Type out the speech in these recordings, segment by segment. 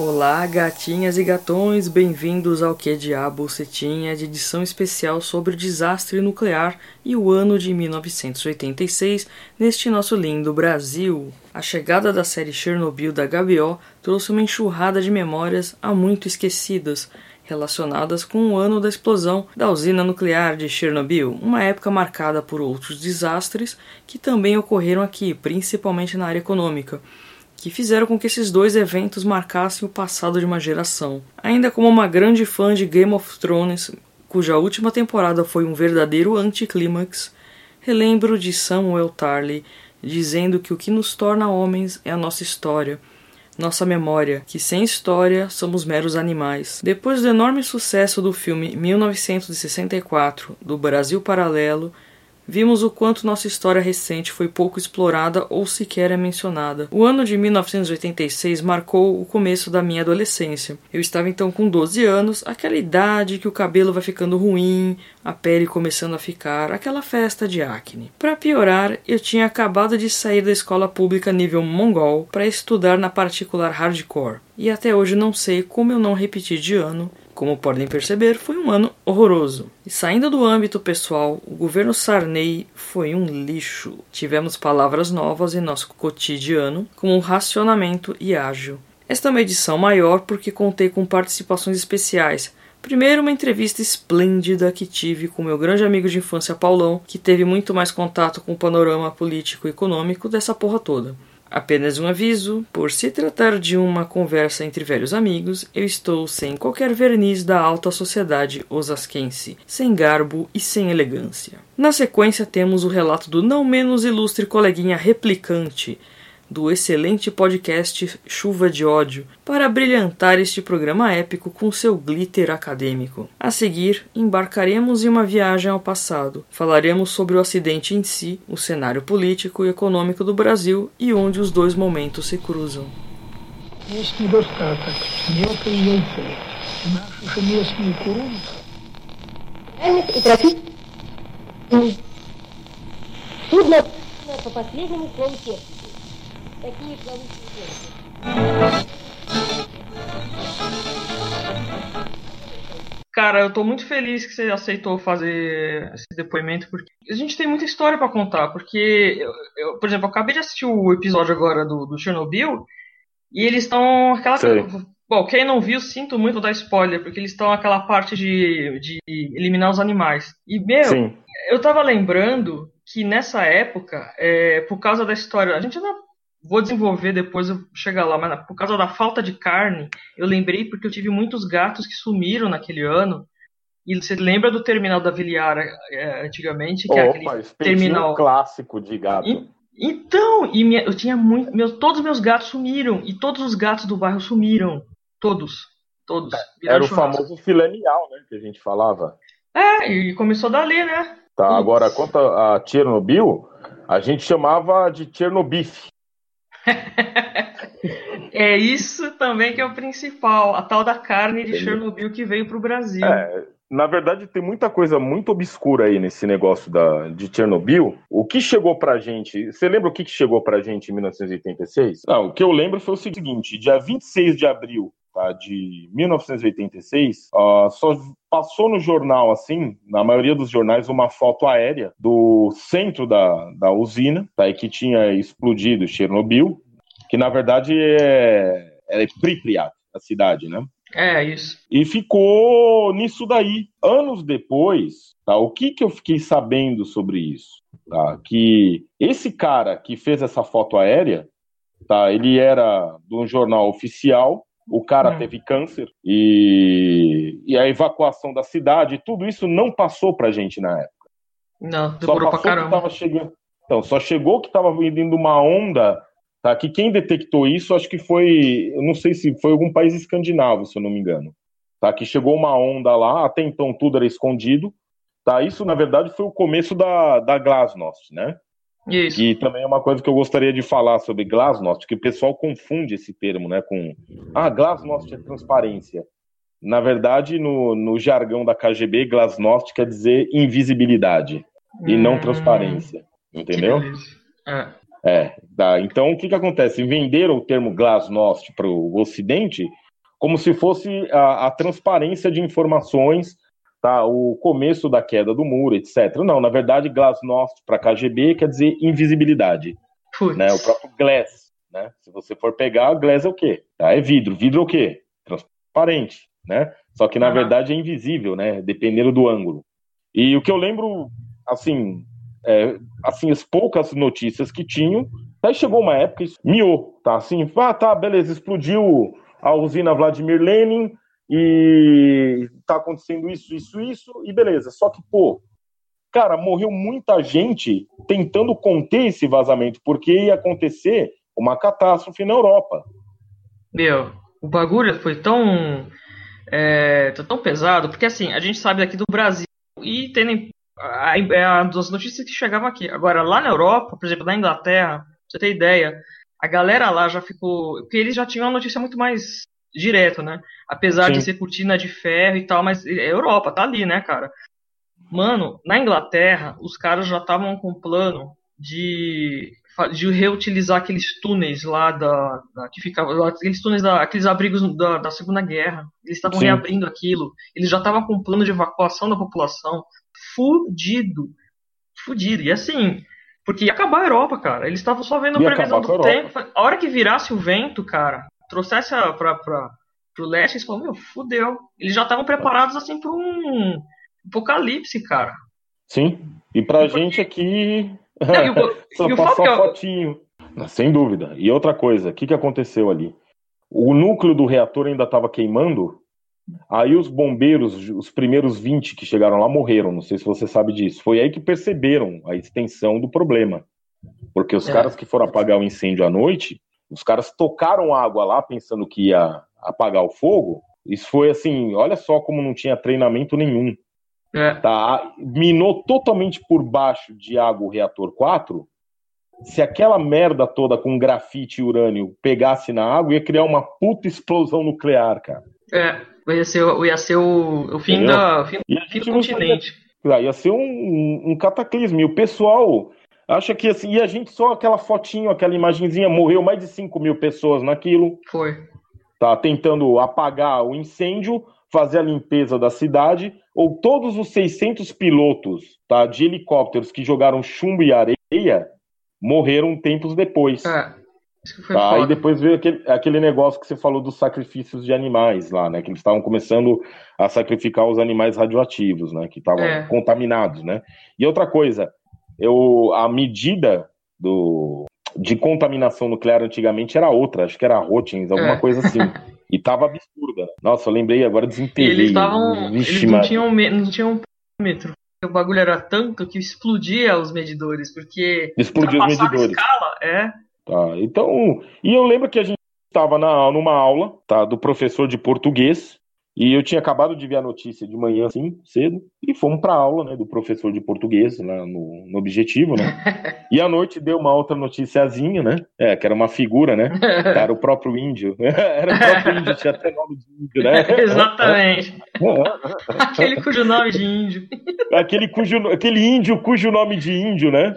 Olá, gatinhas e gatões, bem-vindos ao Que Diabo Você Tinha, de edição especial sobre o desastre nuclear e o ano de 1986 neste nosso lindo Brasil. A chegada da série Chernobyl da HBO trouxe uma enxurrada de memórias há muito esquecidas, relacionadas com o ano da explosão da usina nuclear de Chernobyl, uma época marcada por outros desastres que também ocorreram aqui, principalmente na área econômica, que fizeram com que esses dois eventos marcassem o passado de uma geração. Ainda como uma grande fã de Game of Thrones, cuja última temporada foi um verdadeiro anticlímax, relembro de Samuel Tarly dizendo que o que nos torna homens é a nossa história, nossa memória, que sem história somos meros animais. Depois do enorme sucesso do filme 1964, do Brasil Paralelo, vimos o quanto nossa história recente foi pouco explorada ou sequer é mencionada. O ano de 1986 marcou o começo da minha adolescência. Eu estava então com 12 anos, aquela idade que o cabelo vai ficando ruim, a pele começando a ficar, aquela festa de acne. Para piorar, eu tinha acabado de sair da escola pública nível mongol para estudar na particular hardcore. E até hoje não sei como eu não repeti de ano. Como podem perceber, foi um ano horroroso. E saindo do âmbito pessoal, o governo Sarney foi um lixo. Tivemos palavras novas em nosso cotidiano, como racionamento e ágil. Esta é uma edição maior porque contei com participações especiais. Primeiro, uma entrevista esplêndida que tive com meu grande amigo de infância Paulão, que teve muito mais contato com o panorama político e econômico dessa porra toda. Apenas um aviso, por se tratar de uma conversa entre velhos amigos, eu estou sem qualquer verniz da alta sociedade osasquense, sem garbo e sem elegância. Na sequência temos o relato do não menos ilustre coleguinha replicante, do excelente podcast Chuva de Ódio, para brilhantar este programa épico com seu glitter acadêmico. A seguir, embarcaremos em uma viagem ao passado. Falaremos sobre o acidente em si, o cenário político e econômico do Brasil e onde os dois momentos se cruzam. Есть недостаток, мелкое яйцо. Наши же местные куруны. И трофей. Судно по последнему слову техники. Такие плавучие девушки. Cara, eu tô muito feliz que você aceitou fazer esse depoimento, porque a gente tem muita história pra contar, porque, por exemplo, eu acabei de assistir o episódio agora do Chernobyl, e eles estão aquela... Bom, quem não viu, sinto muito dar spoiler, porque eles estão aquela parte de eliminar os animais. E, Sim. eu tava lembrando que nessa época, por causa da história, a gente não... Vou desenvolver depois, eu chegar lá, mas por causa da falta de carne, eu lembrei porque eu tive muitos gatos que sumiram naquele ano. E você lembra do terminal da Viliara antigamente? Que é aquele terminal clássico de gato. Então, eu tinha todos os meus gatos sumiram. E todos os gatos do bairro sumiram. Todos. Era o famoso filé mignon, né, que a gente falava. E começou dali, né? Tá, agora, quanto a Chernobyl, a gente chamava de Chernobif. É isso também que é o principal, a tal da carne de Chernobyl que veio pro Brasil. Na verdade tem muita coisa muito obscura aí nesse negócio de Chernobyl. O que chegou pra gente, você lembra o que chegou pra gente em 1986? Não, o que eu lembro foi o seguinte, dia 26 de abril de 1986, só passou no jornal, assim, na maioria dos jornais, uma foto aérea do centro da usina, e que tinha explodido Chernobyl, que na verdade é Pripyat, a cidade, né? É, isso. E ficou nisso daí. Anos depois, o que eu fiquei sabendo sobre isso? Que esse cara que fez essa foto aérea, ele era de um jornal oficial. O cara teve câncer e a evacuação da cidade, tudo isso não passou pra gente na época. Não, demorou pra caramba. Só chegou que tava vindo uma onda, que quem detectou isso, acho que foi, eu não sei se foi algum país escandinavo, se eu não me engano, que chegou uma onda lá, até então tudo era escondido, isso na verdade foi o começo da Glasnost, né? Isso. Que também é uma coisa que eu gostaria de falar sobre Glasnost, que o pessoal confunde esse termo, né, com Glasnost é transparência. Na verdade, no jargão da KGB, Glasnost quer dizer invisibilidade e não transparência, entendeu? Então o que acontece? Venderam o termo Glasnost para o Ocidente como se fosse a transparência de informações, tá? O começo da queda do muro, etc. Não, na verdade, glasnost para KGB quer dizer invisibilidade. Né? O próprio glass, né? Se você for pegar, glass é o quê? Tá? É vidro. Vidro é o quê? Transparente, né? Só que, na verdade, é invisível, né? Dependendo do ângulo. E o que eu lembro, assim, as poucas notícias que tinham, aí chegou uma época, isso miou, tá? Assim, tá, beleza, explodiu a usina Vladimir Lenin e tá acontecendo isso, e beleza. Só que, cara, morreu muita gente tentando conter esse vazamento, porque ia acontecer uma catástrofe na Europa. Meu, o bagulho foi tão pesado, porque assim, a gente sabe aqui do Brasil e tem das notícias que chegavam aqui. Agora, lá na Europa, por exemplo, na Inglaterra, pra você ter ideia, a galera lá já ficou... Porque eles já tinham uma notícia muito mais direta, né? Apesar de ser cortina de ferro e tal, mas é Europa, tá ali, né, cara? Mano, na Inglaterra, os caras já estavam com plano de reutilizar aqueles túneis lá que ficavam, aqueles túneis, aqueles abrigos da Segunda Guerra. Eles estavam reabrindo aquilo. Eles já estavam com um plano de evacuação da população. Fudido. E assim, porque ia acabar a Europa, cara. Eles estavam só vendo a previsão do tempo. A hora que virasse o vento, cara, trouxesse pro leste, eles falaram, fudeu. Eles já estavam preparados assim pra um apocalipse, cara. Sim, e pra gente aqui só passou a fotinho. Sem dúvida. E outra coisa, o que aconteceu ali? O núcleo do reator ainda estava queimando, aí os bombeiros, os primeiros 20 que chegaram lá morreram, não sei se você sabe disso. Foi aí que perceberam a extensão do problema. Porque os caras que foram apagar o incêndio à noite, os caras tocaram água lá pensando que ia apagar o fogo. Isso foi assim, olha só como não tinha treinamento nenhum. Tá? Minou totalmente por baixo de água o reator 4. Se aquela merda toda com grafite e urânio pegasse na água, ia criar uma puta explosão nuclear, cara. Ia ser o fim do continente. Ia ser um cataclismo. E o pessoal acha que assim, e a gente só aquela fotinho, aquela imagenzinha, morreu mais de 5 mil pessoas naquilo. Foi. Tá tentando apagar o incêndio, fazer a limpeza da cidade, ou todos os 600 pilotos, tá, de helicópteros que jogaram chumbo e areia morreram tempos depois. Isso que foi foda. Aí depois veio aquele negócio que você falou dos sacrifícios de animais lá, né? Que eles estavam começando a sacrificar os animais radioativos, né? Que estavam contaminados, né? E outra coisa, a medida de contaminação nuclear antigamente era outra, acho que era Roentgens, alguma coisa assim. E tava absurda. Nossa, eu lembrei agora, desenterrei. Eles não tinham parâmetro. O bagulho era tanto que explodia os medidores, porque explodia os medidores. Escala, Tá, então, e eu lembro que a gente estava numa aula, tá, do professor de português, e eu tinha acabado de ver a notícia de manhã, assim, cedo, e fomos pra aula, né, do professor de português, lá no Objetivo, né, e à noite deu uma outra noticiazinha, né, que era uma figura, né, era o próprio índio, era o próprio índio, tinha até nome de índio, né. Exatamente. Aquele cujo nome de índio. Aquele índio cujo nome de índio, né.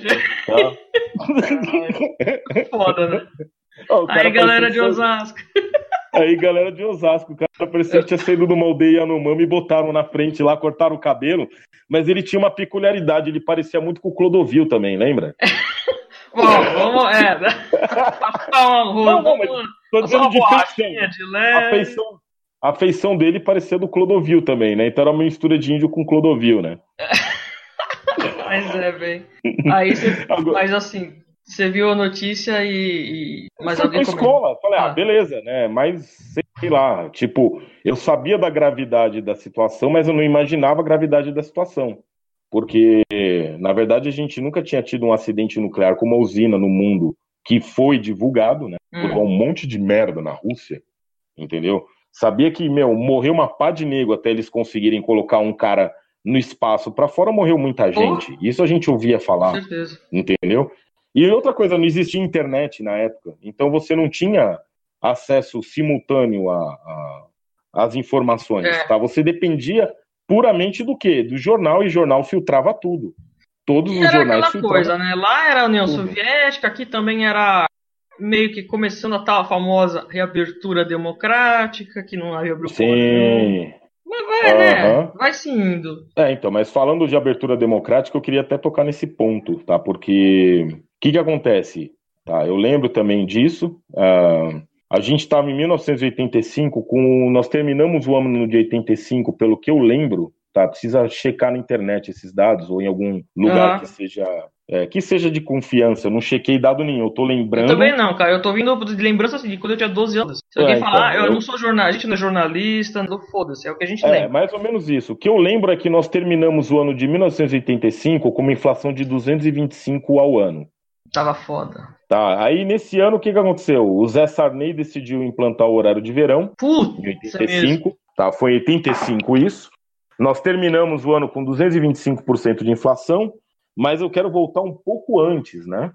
Foda, né. Aí, galera de Osasco. O cara parecia que tinha saído de uma aldeia Yanomami e botaram na frente lá, cortaram o cabelo, mas ele tinha uma peculiaridade, ele parecia muito com o Clodovil também, lembra? Bom, vamos... Não, mas tô dizendo de feição. A feição dele parecia do Clodovil também, né? Então era uma mistura de índio com Clodovil, né? Mas bem. Aí mas assim... Você viu a notícia mas alguém comentou? Escola, falei, beleza, né? Mas sei lá, tipo, eu sabia da gravidade da situação, mas eu não imaginava a gravidade da situação. Porque, na verdade, a gente nunca tinha tido um acidente nuclear com uma usina no mundo que foi divulgado, né? Por um monte de merda na Rússia, entendeu? Sabia que, morreu uma pá de nego até eles conseguirem colocar um cara no espaço pra fora, morreu muita gente. Isso a gente ouvia falar, com certeza. Entendeu? E outra coisa, não existia internet na época, então você não tinha acesso simultâneo às informações, tá? Você dependia puramente do quê? Do jornal, e jornal filtrava tudo. Todos os jornais filtravam. Coisa, né? Lá era a União Soviética, aqui também era meio que começando a tal famosa reabertura democrática, que não havia abriu. Sim. Mas vai, né? Vai se indo. Então, mas falando de abertura democrática, eu queria até tocar nesse ponto, tá? Porque o que acontece? Tá, eu lembro também disso. A gente estava em 1985, nós terminamos o ano de 85, pelo que eu lembro, tá? Precisa checar na internet esses dados ou em algum lugar que seja de confiança. Eu não chequei dado nenhum, eu tô lembrando. Eu também não, cara. Eu tô vindo de lembrança assim, de quando eu tinha 12 anos. Se alguém falar, eu não sou jornalista, a gente não é jornalista, não foda-se, é o que a gente lembra. Mais ou menos isso. O que eu lembro é que nós terminamos o ano de 1985 com uma inflação de 225 ao ano. Tava foda. Tá, aí nesse ano o que aconteceu? O Zé Sarney decidiu implantar o horário de verão. Em 85. Tá, foi em 85 isso. Nós terminamos o ano com 225% de inflação, mas eu quero voltar um pouco antes, né?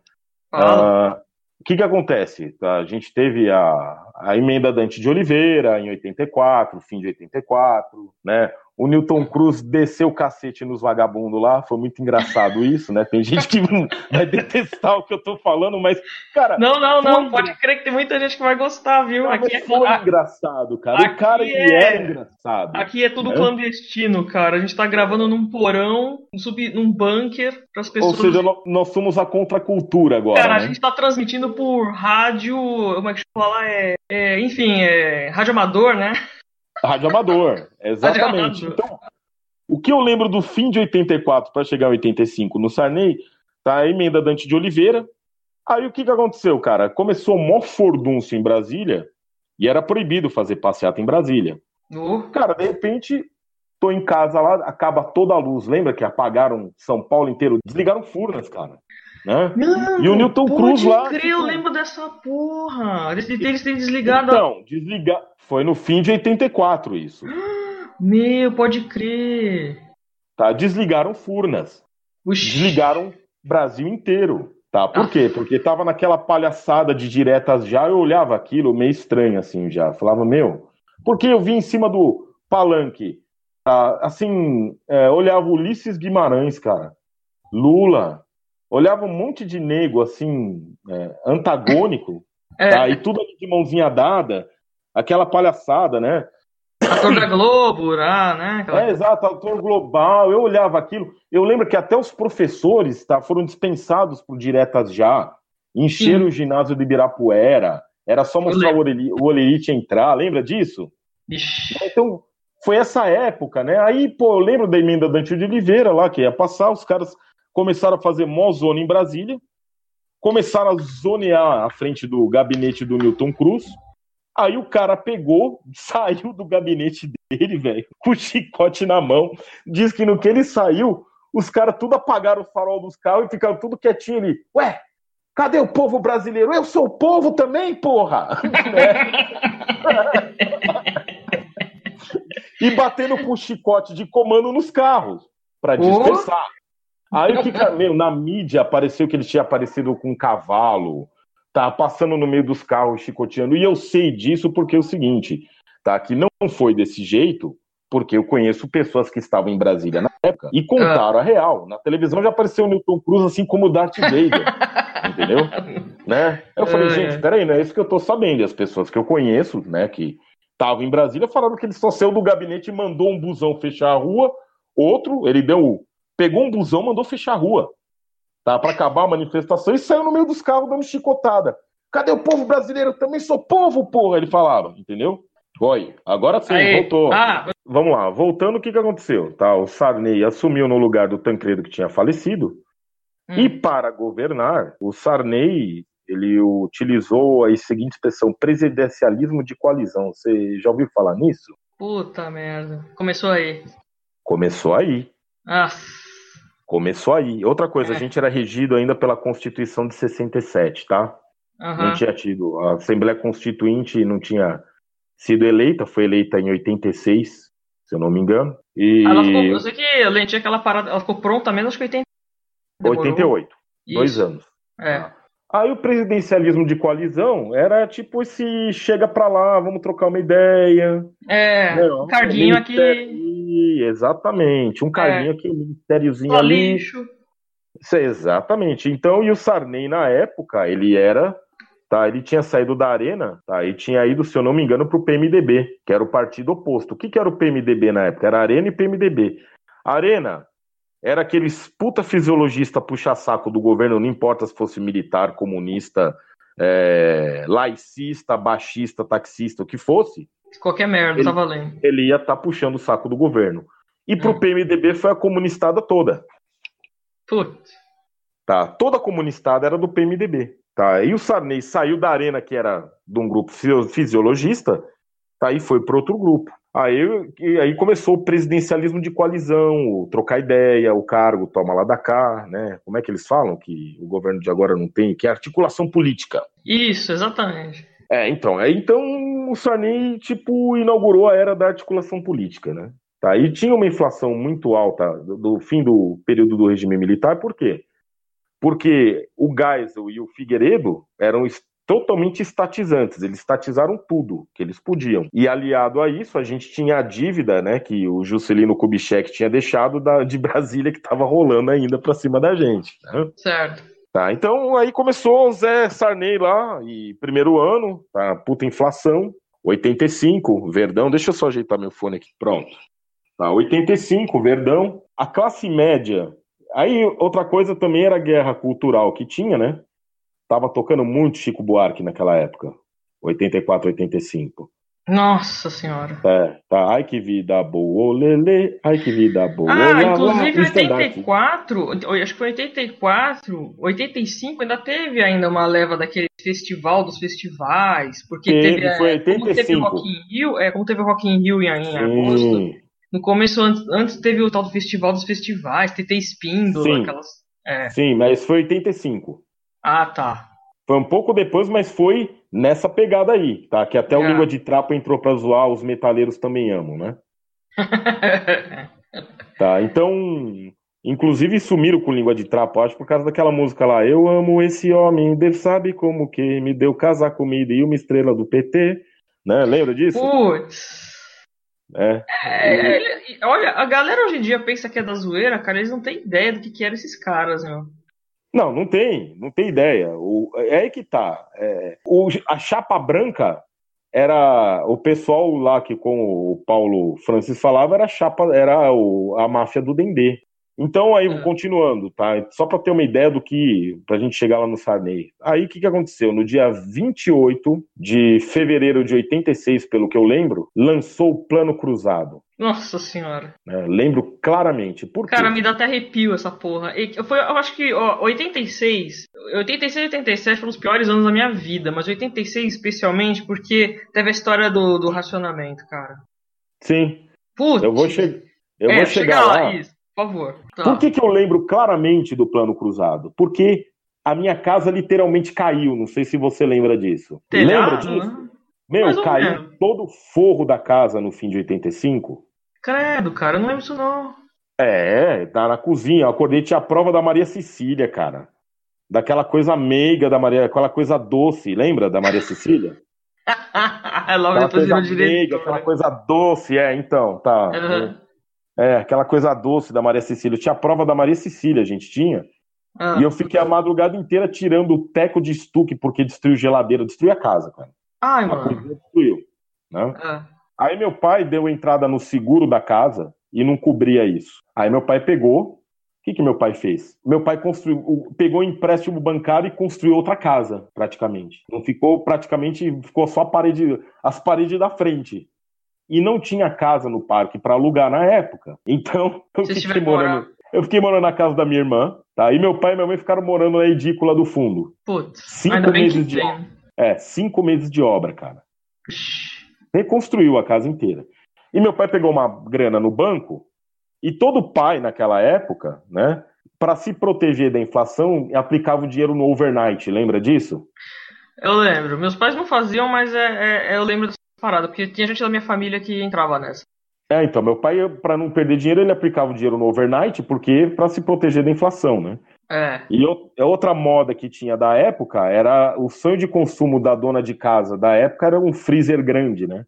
O que acontece? A gente teve a emenda Dante de Oliveira em 84, fim de 84, né? O Newton Cruz desceu o cacete nos vagabundos lá, foi muito engraçado isso, né? Tem gente que vai detestar o que eu tô falando, mas, cara... Não, pode crer que tem muita gente que vai gostar, viu? Não, aqui foi engraçado, cara. O cara, ele era engraçado. Aqui é tudo clandestino, cara. A gente tá gravando num porão, num bunker, pras pessoas... Ou seja, nós somos a contracultura agora, cara, né? A gente tá transmitindo por rádio, como é que eu falo? Enfim, rádio amador, né? Rádio amador, exatamente. Então, o que eu lembro do fim de 84 para chegar em 85 no Sarney, tá a emenda Dante de Oliveira. Aí o que aconteceu, cara? Começou o maior furdúncio em Brasília e era proibido fazer passeata em Brasília. Cara, de repente, tô em casa lá, acaba toda a luz. Lembra que apagaram São Paulo inteiro? Desligaram Furnas, cara. Né? Mano, e o Newton Cruz lá. Eu lembro dessa porra. Eles têm desligado. Então, foi no fim de 84 isso. Meu, pode crer. Tá, desligaram Furnas. Desligaram Brasil inteiro. Tá, por quê? Porque tava naquela palhaçada de diretas já, eu olhava aquilo meio estranho assim já. Falava, porque eu vi em cima do palanque, olhava Ulisses Guimarães, cara. Lula. Olhava um monte de nego, assim, antagônico, tá? E tudo ali de mãozinha dada, aquela palhaçada, né? Ator da Globo, né? Exato, ator global, eu olhava aquilo, eu lembro que até os professores, tá, foram dispensados por diretas já, encheram o ginásio de Ibirapuera, era só mostrar o Olerite entrar, lembra disso? Ixi. Então, foi essa época, né? Aí, eu lembro da emenda Dante de Oliveira lá, que ia passar, os caras começaram a fazer mó zona em Brasília, começaram a zonear à frente do gabinete do Newton Cruz, aí o cara saiu do gabinete dele, velho, com o chicote na mão, diz que no que ele saiu, os caras tudo apagaram o farol dos carros e ficaram tudo quietinho ali. Ué, cadê o povo brasileiro? Eu sou o povo também, porra! E batendo com o chicote de comando nos carros, pra dispersar. Aí o que, na mídia apareceu que ele tinha aparecido com um cavalo, tá passando no meio dos carros chicoteando, e eu sei disso porque é o seguinte, tá, que não foi desse jeito, porque eu conheço pessoas que estavam em Brasília na época e contaram a real. Na televisão já apareceu o Newton Cruz assim como o Darth Vader, entendeu? Né? Eu falei, gente, peraí, não é isso que eu tô sabendo, e as pessoas que eu conheço, né, que estavam em Brasília, falaram que ele só saiu do gabinete e mandou um busão fechar a rua, pegou um busão, mandou fechar a rua, tá, para acabar a manifestação e saiu no meio dos carros dando chicotada. Cadê o povo brasileiro? Eu também sou povo, porra, ele falava, entendeu? Oi, agora sim, voltou. Vamos lá, voltando, o que aconteceu? Tá, o Sarney assumiu no lugar do Tancredo, que tinha falecido, e para governar, o Sarney, ele utilizou a seguinte expressão, presidencialismo de coalizão. Você já ouviu falar nisso? Puta merda, começou aí. Começou aí. Começou aí. Outra coisa, a gente era regido ainda pela Constituição de 67, tá? Não tinha tido. A Assembleia Constituinte não tinha sido eleita, foi eleita em 86, se eu não me engano. E... eu sei que a Lentinha, aquela parada, ela ficou pronta menos que 88. 2 anos. Aí o presidencialismo de coalizão era tipo esse chega pra lá, vamos trocar uma ideia. Um carguinho aqui. Exatamente, um carguinho aqui, um ministériozinho ali. Lixo. Exatamente. Então, e o Sarney na época, ele era tá? Ele tinha saído da Arena, tá? E tinha ido, se eu não me engano, pro PMDB, que era o partido oposto. O que era o PMDB na época? Era Arena e PMDB. A Arena era aqueles puta fisiologista puxa-saco do governo, não importa se fosse militar, comunista, laicista, baixista, taxista, o que fosse. Qualquer merda, tá valendo. Ele ia estar puxando o saco do governo. E pro PMDB foi a comunistada toda. Putz. Tá? Toda a comunistada era do PMDB. Tá? E o Sarney saiu da Arena, que era de um grupo fisiologista, tá? E foi para outro grupo. Aí começou o presidencialismo de coalizão, o trocar ideia, o cargo toma lá da cá, né? Como é que eles falam que o governo de agora não tem? Que é articulação política. Isso, exatamente. Então o Sarney, inaugurou a era da articulação política, né? Tá? E tinha uma inflação muito alta do fim do período do regime militar, por quê? Porque o Geisel e o Figueiredo eram totalmente estatizantes, eles estatizaram tudo que eles podiam. E aliado a isso, a gente tinha a dívida, né, que o Juscelino Kubitschek tinha deixado de Brasília, que estava rolando ainda para cima da gente. Né? Certo. Tá, então aí começou o Zé Sarney lá, e primeiro ano, tá, puta inflação, 85, Verdão, deixa eu só ajeitar meu fone aqui, pronto. Tá, 85, Verdão, a classe média. Aí outra coisa também era a guerra cultural que tinha, né? Tava tocando muito Chico Buarque naquela época, 84, 85. Nossa senhora. Tá. Ai que vida boa, lelê. Ai que vida boa. Inclusive 84, acho que foi 84, 85 ainda teve ainda uma leva daquele festival dos festivais, porque foi 85. Como teve Rock in Rio, como teve Rock in Rio em agosto. No começo, antes teve o tal do festival dos festivais, TT Espíndola, aquelas... Sim, mas foi 85. Ah, tá. Foi um pouco depois, mas foi nessa pegada aí, tá? Que até o Língua de Trapo entrou pra zoar, os metaleiros também amam, né? Tá, então... Inclusive sumiram com Língua de Trapo, acho, por causa daquela música lá. Eu amo esse homem, Deus sabe como que me deu casar comigo e uma estrela do PT, né? Lembra disso? Putz... olha, a galera hoje em dia pensa que é da zoeira, cara, eles não têm ideia do que eram esses caras, meu. Não tem ideia. É aí que tá. A chapa branca era o pessoal lá que, como o Paulo Francis falava, era a máfia do Dendê. Então, aí, continuando, tá? Só para ter uma ideia pra gente chegar lá no Sarney. Aí, o que aconteceu? No dia 28 de fevereiro de 86, pelo que eu lembro, lançou o Plano Cruzado. Nossa senhora. Lembro claramente. Por quê? Cara, me dá até arrepio essa porra. Eu acho que 86 e 87 foram os piores anos da minha vida, mas 86 especialmente porque teve a história do racionamento, cara. Sim. Putz. Eu vou chegar lá. Isso. Por favor. Tá. Por que eu lembro claramente do Plano Cruzado? Porque a minha casa literalmente caiu. Não sei se você lembra disso. Telhado, lembra disso? Né? Meu, caiu todo o forro da casa no fim de 85. Credo, cara, eu não lembro disso não. Tá na cozinha. Eu acordei, tinha a prova da Maria Cecília, cara. Daquela coisa meiga da Maria, aquela coisa doce. Lembra da Maria Cecília? Logo depois virou direito. Aquela coisa doce, então, tá. Uhum. Aquela coisa doce da Maria Cecília. Tinha a prova da Maria Cecília, a gente tinha. E eu fiquei a madrugada inteira tirando o teco de estuque, porque destruiu geladeira, destruiu a casa, cara. Ai, mano. Destruiu, né? Aí meu pai deu entrada no seguro da casa e não cobria isso. Aí meu pai pegou. O que meu pai fez? Meu pai pegou empréstimo bancário e construiu outra casa, praticamente. Não ficou ficou só as paredes da frente. E não tinha casa no parque para alugar na época. Então, eu fiquei morando na casa da minha irmã, tá? E meu pai e minha mãe ficaram morando na edícula do fundo. Putz, 5 meses de obra. 5 meses de obra, cara. Reconstruiu a casa inteira. E meu pai pegou uma grana no banco, e todo pai naquela época, né, para se proteger da inflação, aplicava o dinheiro no overnight. Lembra disso? Eu lembro. Meus pais não faziam, mas eu lembro dessa parada, porque tinha gente da minha família que entrava nessa. Então, meu pai, para não perder dinheiro, ele aplicava o dinheiro no overnight, porque para se proteger da inflação, né? E outra moda que tinha da época era o sonho de consumo da dona de casa da época era um freezer grande, né?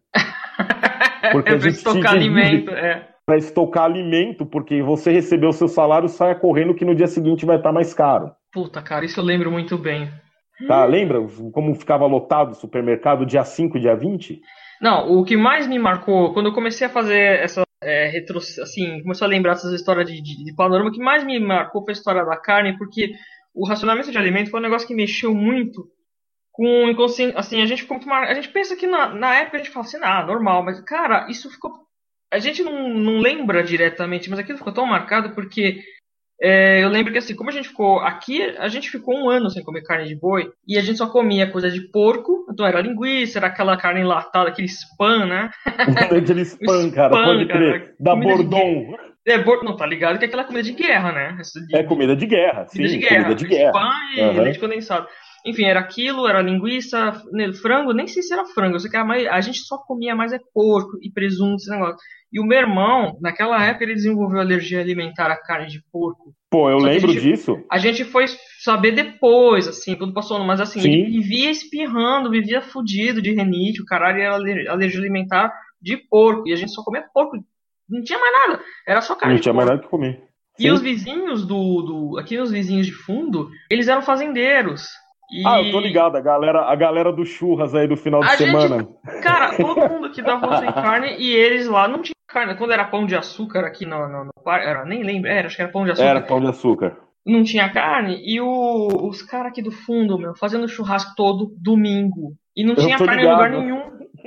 Porque a gente estocar alimento, para estocar alimento, porque você recebeu o seu salário, saia correndo que no dia seguinte vai estar mais caro. Puta, cara, isso eu lembro muito bem. Tá? Lembra como ficava lotado o supermercado dia 5 e dia 20? Não, o que mais me marcou, quando eu comecei a fazer essa assim, começou a lembrar essas histórias de panorama, o que mais me marcou foi a história da carne, porque o racionamento de alimento foi um negócio que mexeu muito com o inconsciente. Assim, a gente ficou muito a gente pensa que na época a gente fala assim, normal, mas cara, isso ficou. A gente não lembra diretamente, mas aquilo ficou tão marcado porque eu lembro que assim, como a gente ficou aqui, a gente ficou um ano sem comer carne de boi e a gente só comia coisa de porco, então era linguiça, era aquela carne enlatada, aquele spam, né? Aquele spam, cara, pode crer. Da Bordon. Não, tá ligado que é aquela comida de guerra, né? Comida de guerra, sim. Comida de guerra. Spam e leite condensado. Enfim, era aquilo, era linguiça, frango, nem sei se era frango, eu sei que era mais, a gente só comia mais porco e presunto, esse negócio. E o meu irmão, naquela época, ele desenvolveu alergia alimentar à carne de porco. Pô, eu lembro disso. A gente foi saber depois, assim, quando passou, mas assim, sim. Ele vivia espirrando, vivia fudido de renite, o caralho era alergia alimentar de porco, e a gente só comia porco, não tinha mais nada, era só carne de porco. Não tinha mais nada que comer. Sim. E os vizinhos aqui os vizinhos de fundo, eles eram fazendeiros. Eu tô ligado, a galera do churras aí do final de semana. Cara, todo mundo aqui da rua sem carne e eles lá não tinham carne. Quando era pão de açúcar aqui no parque, nem lembro, acho que era pão de açúcar. Era pão de açúcar. Não tinha carne e os caras aqui do fundo, fazendo churrasco todo domingo. E não tinha carne em lugar nenhum.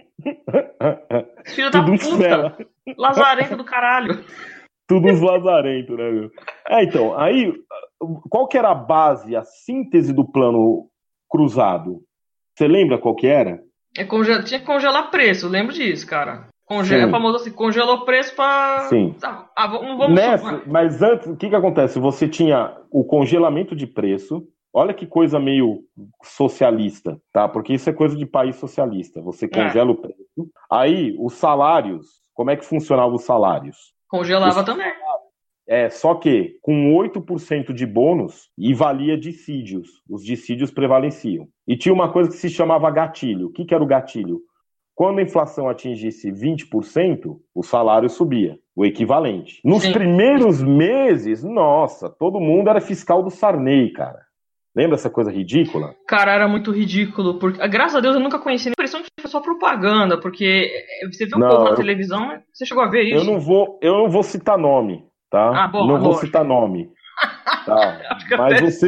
Filho da puta! Lazarento do caralho. Tudo uns lazarentos, né, meu? Então, aí, qual que era a base, a síntese do plano cruzado? Você lembra qual que era? Tinha que congelar preço, eu lembro disso, cara. É famoso assim, congelou o preço pra... Sim. Vamos mas antes, o que acontece? Você tinha o congelamento de preço, olha que coisa meio socialista, tá? Porque isso é coisa de país socialista, você congela o preço. Aí, os salários, como é que funcionavam os salários? Congelava também. Só que com 8% de bônus e valia dissídios. Os dissídios prevaleciam. E tinha uma coisa que se chamava gatilho. O que era o gatilho? Quando a inflação atingisse 20%, o salário subia, o equivalente. Nos primeiros meses, nossa, todo mundo era fiscal do Sarney, cara. Lembra essa coisa ridícula? Cara, era muito ridículo. Porque, graças a Deus, eu nunca conheci. A impressão que foi só propaganda, porque você viu o povo na televisão, mas você chegou a ver isso? Eu não vou citar nome, tá? Não vou citar nome. Tá? Mas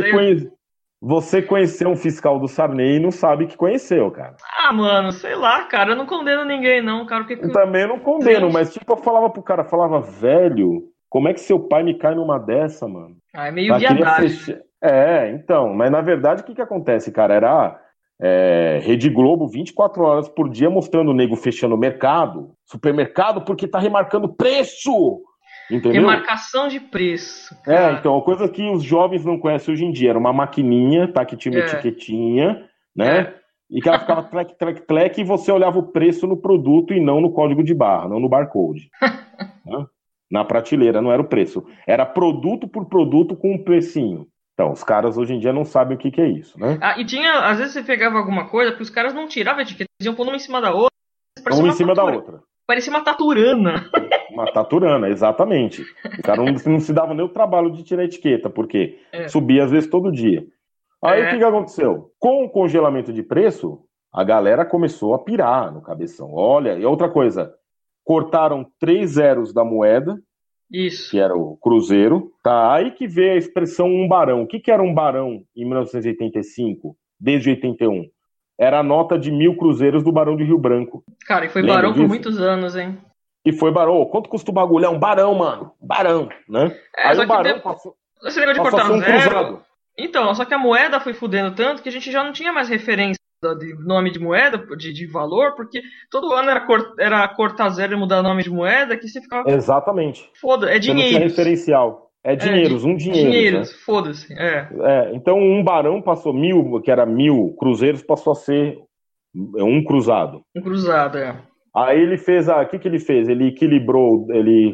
você conheceu um fiscal do Sarney e não sabe que conheceu, cara. Mano, sei lá, cara. Eu não condeno ninguém, não, cara. Eu também não condeno, mas tipo, eu falava pro cara, velho, como é que seu pai me cai numa dessa, mano? É meio viadagem. Então, mas na verdade o que acontece, cara? Era Rede Globo 24 horas por dia mostrando o nego fechando o mercado, supermercado, porque tá remarcando preço! Entendeu? Remarcação de preço. Cara. Então, a coisa que os jovens não conhecem hoje em dia, era uma maquininha, tá, que tinha uma etiquetinha, né? E que ela ficava tlec, e você olhava o preço no produto e não no código de barra, não no barcode. Né? Na prateleira, não era o preço. Era produto por produto com um precinho. Então, os caras hoje em dia não sabem o que é isso, né? E tinha, às vezes você pegava alguma coisa, porque os caras não tiravam a etiqueta, eles iam pôr uma em cima da outra. Uma em cima da outra. Parecia uma taturana. Uma taturana, exatamente. O cara não se dava nem o trabalho de tirar a etiqueta, porque subia às vezes todo dia. Aí o que aconteceu? Com o congelamento de preço, a galera começou a pirar no cabeção. Olha, e outra coisa, cortaram 3 zeros da moeda, isso, que era o cruzeiro, tá? Aí que veio a expressão um barão. O que era um barão em 1985, desde 81? Era a nota de 1.000 cruzeiros do Barão de Rio Branco. Cara, e foi barão por muitos anos, hein? E foi barão. Quanto custa o bagulho? É um barão, mano. Barão, né? Aí o barão passou... Esse negócio de cortar zero... Então, só que a moeda foi fudendo tanto que a gente já não tinha mais referência de nome de moeda, de valor, porque todo ano era cortar zero e mudar nome de moeda, que você ficava... Exatamente. Foda, é dinheiro. Não tinha referencial. Dinheiros, dinheiro. Dinheiros, né? Foda-se, Então um barão passou 1.000, que era 1.000 cruzeiros, passou a ser um cruzado. Um cruzado, Aí ele fez, o que ele fez? Ele equilibrou, ele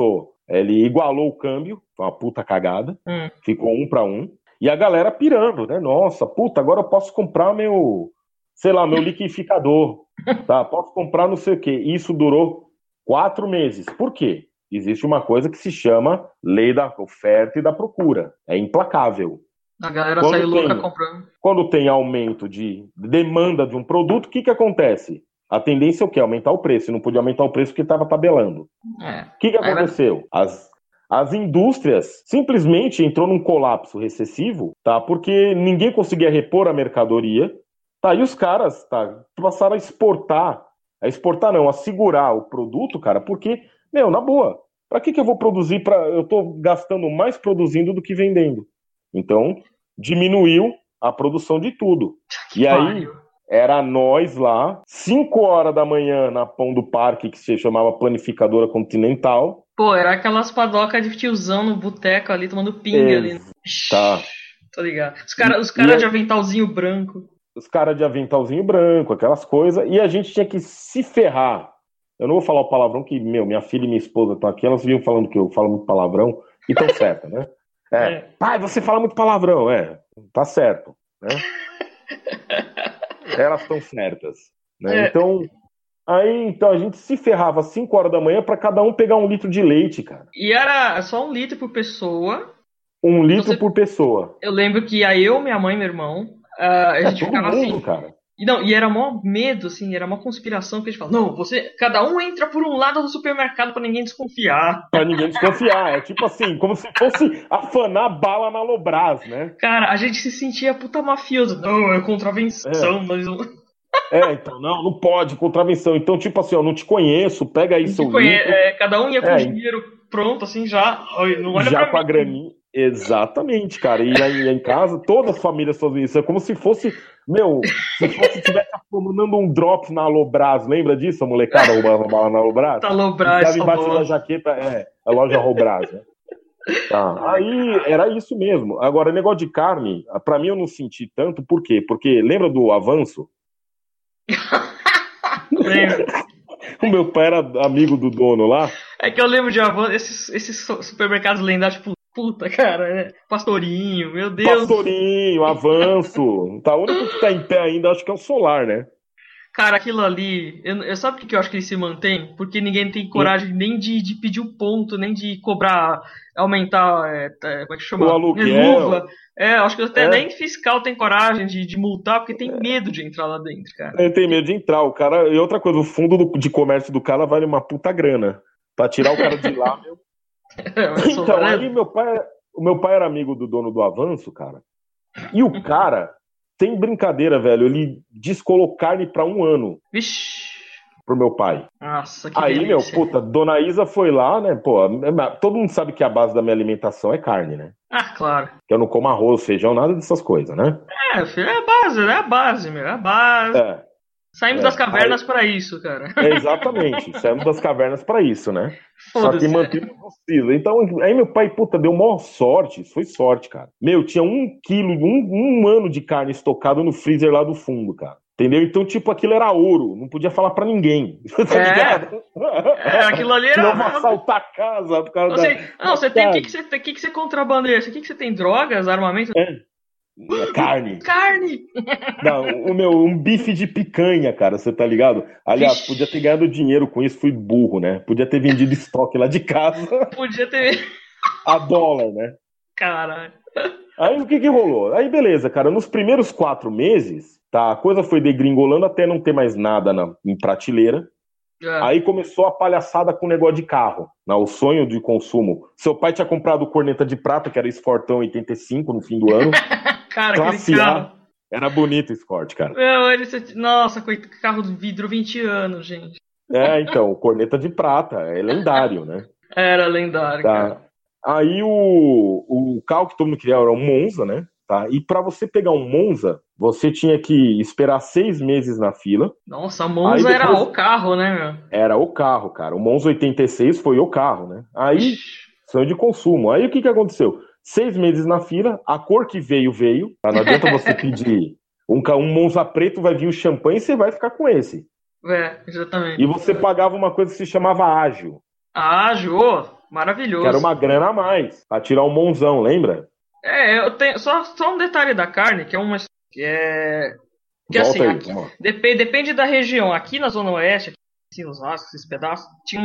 igualou o câmbio, foi uma puta cagada, ficou 1 para 1, e a galera pirando, né? Nossa, puta, agora eu posso comprar meu liquidificador, tá? Posso comprar não sei o quê. Isso durou 4 meses. Por quê? Existe uma coisa que se chama lei da oferta e da procura. É implacável. A galera Quando saiu louca tem, comprando. quando tem aumento de demanda de um produto, o que que acontece? A tendência é o quê? Aumentar o preço. E não podia aumentar o preço porque estava tabelando. É. O que que Aí vai... aconteceu? As indústrias simplesmente entrou num colapso recessivo, tá? Porque ninguém conseguia repor a mercadoria, tá? E os caras, tá? Passaram a exportar não, a segurar o produto, cara, porque, meu, na boa, pra que que eu vou produzir eu tô gastando mais produzindo do que vendendo. Então, diminuiu a produção de tudo. Que E aí, pariu. era nós lá, 5 horas da manhã na Pão do Parque, que se chamava Panificadora Continental. Pô, era aquelas padocas de tiozão no boteco ali, tomando pinga ali. Tá. Tô ligado. Os E cara de aventalzinho branco. os caras de aventalzinho branco, aquelas coisas, e a gente tinha que se ferrar. Eu não vou falar o palavrão que, meu, minha filha e minha esposa estão aqui, elas vinham falando que eu falo muito palavrão, e tão certo, né? Pai, você fala muito palavrão, tá certo, né? Elas estão certas, né? É. Então a gente se ferrava às 5 horas da manhã para cada um pegar 1 litro de leite, cara. E era só 1 litro por pessoa. 1 litro por pessoa. Eu lembro que ia eu, minha mãe e meu irmão, a gente Todo ficava mundo, assim. cara. E era mó medo, assim, era mó conspiração que a gente falava, não, cada um entra por um lado do supermercado pra ninguém desconfiar. Pra ninguém desconfiar. É tipo assim, como se fosse afanar bala na Lobras, né? Cara, a gente se sentia puta mafioso. Não, é contravenção, mas não. Então, não pode, contravenção. Então, tipo assim, eu não te conheço, pega aí seu litro. Cada um ia com o dinheiro pronto, assim, já. Não olha já pra com a mim. graninha. Exatamente, cara. E aí em casa, todas as famílias faziam isso. É como se fosse, se fosse tivesse mandando um drop na Alobras. Lembra disso, a molecada roubava bala na Alobras? Tá Alobras, ficava embaixo da jaqueta, a loja Alobras, né? Tá. Aí era isso mesmo. Agora, negócio de carne, pra mim eu não senti tanto, por quê? Porque lembra do Avanço? Lembro. O meu pai era amigo do dono lá. É que eu lembro de Avan, esses supermercados lendários, tipo, puta, cara, né? Pastorinho, meu Deus. Pastorinho, Avanço. Tá, o único que tá em pé ainda, acho que é o Solar, né? Cara, aquilo ali, sabe por que eu acho que ele se mantém? Porque ninguém tem coragem nem de pedir o ponto, nem de cobrar, aumentar, como é que chama? O aluguel. Reluva. Acho que até nem fiscal tem coragem de multar, porque tem medo de entrar lá dentro, cara. Ele tem medo de entrar, o cara. E outra coisa, o fundo de comércio do cara vale uma puta grana. Pra tirar o cara de lá, meu. Então, aí o meu pai era amigo do dono do Avanço, cara. E o cara, sem brincadeira, velho, ele descolou carne pra 1 ano. Vixe. Pro meu pai. Nossa, que aí, delícia. Dona Isa foi lá, né, pô, todo mundo sabe que a base da minha alimentação é carne, né? Ah, claro. Que eu não como arroz, feijão, nada dessas coisas, né? Filho, é a base, né? É a base, meu, é a base. Saímos das cavernas pra isso, cara. Exatamente, saímos das cavernas pra isso, né? Foda-se. Só que mantemos possível. Então, aí meu pai, deu maior sorte, isso foi sorte, cara. Tinha 1 quilo, um ano de carne estocado no freezer lá do fundo, cara. Entendeu? Então, tipo, aquilo era ouro, não podia falar pra ninguém. Tá ligado? Aquilo ali era. Não vai assaltar a casa por causa você tem. O que você contrabandeia? O que você tem? Drogas, armamento? Carne. Carne! Não, um bife de picanha, cara, você tá ligado? Aliás, podia ter ganhado dinheiro com isso, fui burro, né? Podia ter vendido estoque lá de casa. Podia ter. A dólar, né? Caralho. Aí o que rolou? Aí beleza, cara, nos primeiros 4 meses, tá, a coisa foi degringolando até não ter mais nada em prateleira. Aí começou a palhaçada com o negócio de carro, né, o sonho de consumo. Seu pai tinha comprado o corneta de prata, que era Esfortão 85 no fim do ano. Cara, classe aquele A. carro. Era bonito o Escort, cara. Nossa, carro de vidro 20 anos, gente. Então, o corneta de prata, é lendário, né? Era lendário, cara. Aí o carro que todo mundo queria era um Monza, né? Tá? E pra você pegar um Monza, você tinha que esperar 6 meses na fila. Nossa, a Monza era o carro, né, meu? Era o carro, cara. O Monza 86 foi o carro, né? Aí, sonho de consumo. Aí o que aconteceu? 6 meses na fila, a cor que veio. Tá? Não adianta você pedir um Monza preto, vai vir o champanhe e você vai ficar com esse. Exatamente. E você pagava uma coisa que se chamava ágio. Ágio, maravilhoso. Que era uma grana a mais, pra tirar um monzão, lembra? Eu tenho só um detalhe da carne, que assim, aqui, depende da região. Aqui na Zona Oeste, aqui, assim, nos Vascos, esses pedaços, tinha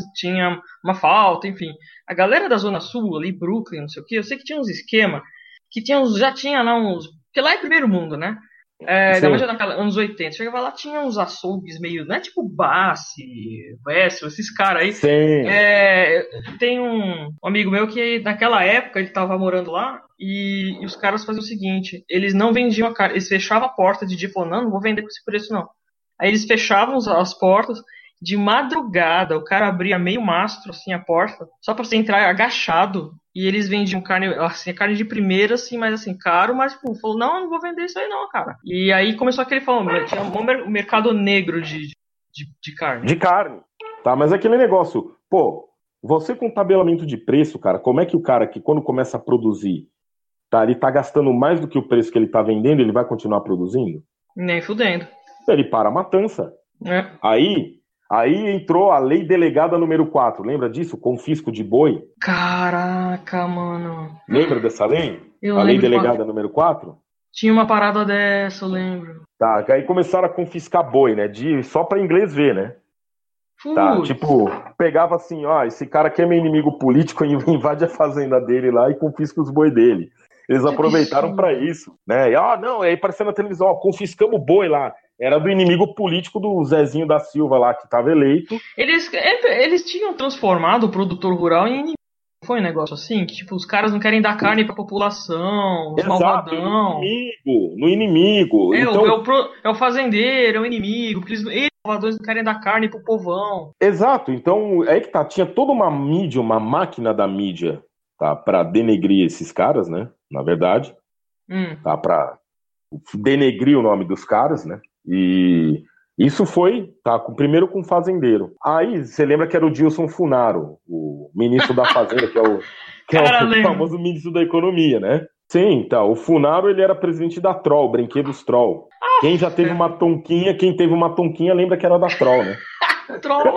uma falta, enfim. A galera da Zona Sul, ali, Brooklyn, não sei o que, eu sei que tinha uns esquemas que já tinha lá uns... Porque lá é primeiro mundo, né? Ainda mais naquela anos 80. Chegava lá, tinha uns açougues meio... Não é tipo Bassi, Vessel, esses caras aí. Sim. Tem um amigo meu que naquela época ele tava morando lá e os caras faziam o seguinte, eles não vendiam a carne, eles fechavam a porta de dia e falavam, não vou vender com esse preço não. Aí eles fechavam as portas, de madrugada o cara abria meio mastro assim a porta, só pra você entrar agachado. E eles vendiam carne, assim, carne de primeira, assim, mas assim, caro, mas tipo, falou, não vou vender isso aí não, cara. E aí começou aquele falando, tinha um mercado negro de carne. De carne. Tá, mas é aquele negócio, pô, você com tabelamento de preço, cara, como é que o cara que quando começa a produzir, tá, ele tá gastando mais do que o preço que ele tá vendendo, ele vai continuar produzindo? Nem fudendo. Ele para a matança. Aí entrou a lei delegada número 4, lembra disso? Confisco de boi. Caraca, mano. Lembra dessa lei? A lei delegada número 4? Tinha uma parada dessa, eu lembro. Tá, aí começaram a confiscar boi, né? Só pra inglês ver, né? Tá, tipo, pegava assim, ó, esse cara aqui é meu inimigo político, invade a fazenda dele lá e confisca os boi dele. Eles aproveitaram pra isso, né? E, não, aí apareceu na televisão, ó, confiscamos o boi lá. Era do inimigo político do Zezinho da Silva lá, que estava eleito. Eles tinham transformado o produtor rural em inimigo. Foi um negócio assim? Que tipo, os caras não querem dar carne pra população, os malvadão. No inimigo. É o fazendeiro, é o inimigo. Porque eles malvadões não querem dar carne pro povão. Exato, então é que tá. Tinha toda uma mídia, uma máquina da mídia, tá? Pra denegrir esses caras, né? Na verdade. Tá? Pra denegrir o nome dos caras, né? E isso foi, tá, primeiro com o fazendeiro. Aí, você lembra que era o Dilson Funaro, o ministro da Fazenda, que é o famoso ministro da Economia, né? Sim, tá, o Funaro, ele era presidente da Troll, Brinquedos Troll. Quem já teve uma tonquinha, lembra que era da Troll, né? Troll!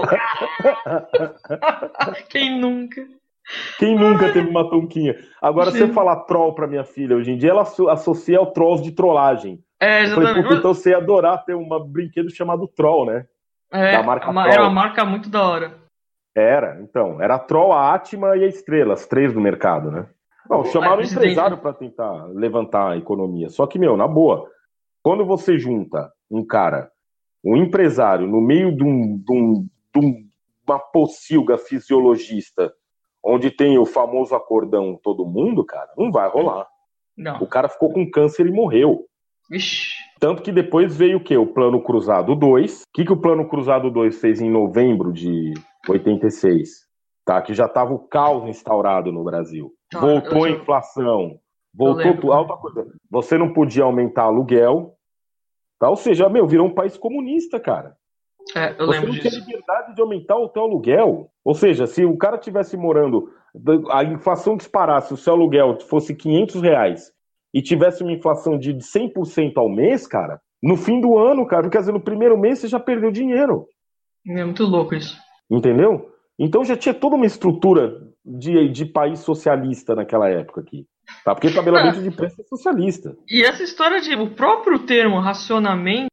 Quem nunca? Quem nunca teve uma tonquinha? Agora, se eu falar troll pra minha filha hoje em dia, ela associa ao trolls de trollagem. Exatamente. Então você ia adorar ter um brinquedo chamado Troll, né? Da marca Troll. Era uma marca muito da hora. Era a Troll, a Atma e a Estrela, as três do mercado, né? Chamaram o empresário pra tentar levantar a economia. Só que, na boa, quando você junta um empresário, no meio de uma pocilga fisiologista, onde tem o famoso acordão todo mundo, cara, não vai rolar. Não. O cara ficou com câncer e morreu. Ixi. Tanto que depois veio o quê? O Plano Cruzado 2. O que o Plano Cruzado 2 fez em novembro de 86? Tá? Que já estava o caos instaurado no Brasil. Voltou a inflação. Voltou alta coisa. Você não podia aumentar aluguel. Tá? Ou seja, virou um país comunista, cara. Você não tinha liberdade de aumentar o teu aluguel. Ou seja, se o cara estivesse morando, a inflação disparasse, o seu aluguel fosse R$500 e tivesse uma inflação de 100% ao mês, cara, no fim do ano, cara, quer dizer, no primeiro mês você já perdeu dinheiro. É muito louco isso. Entendeu? Então já tinha toda uma estrutura de país socialista naquela época aqui. Tá? Porque tabelamento de preço é socialista. E essa história o próprio termo racionamento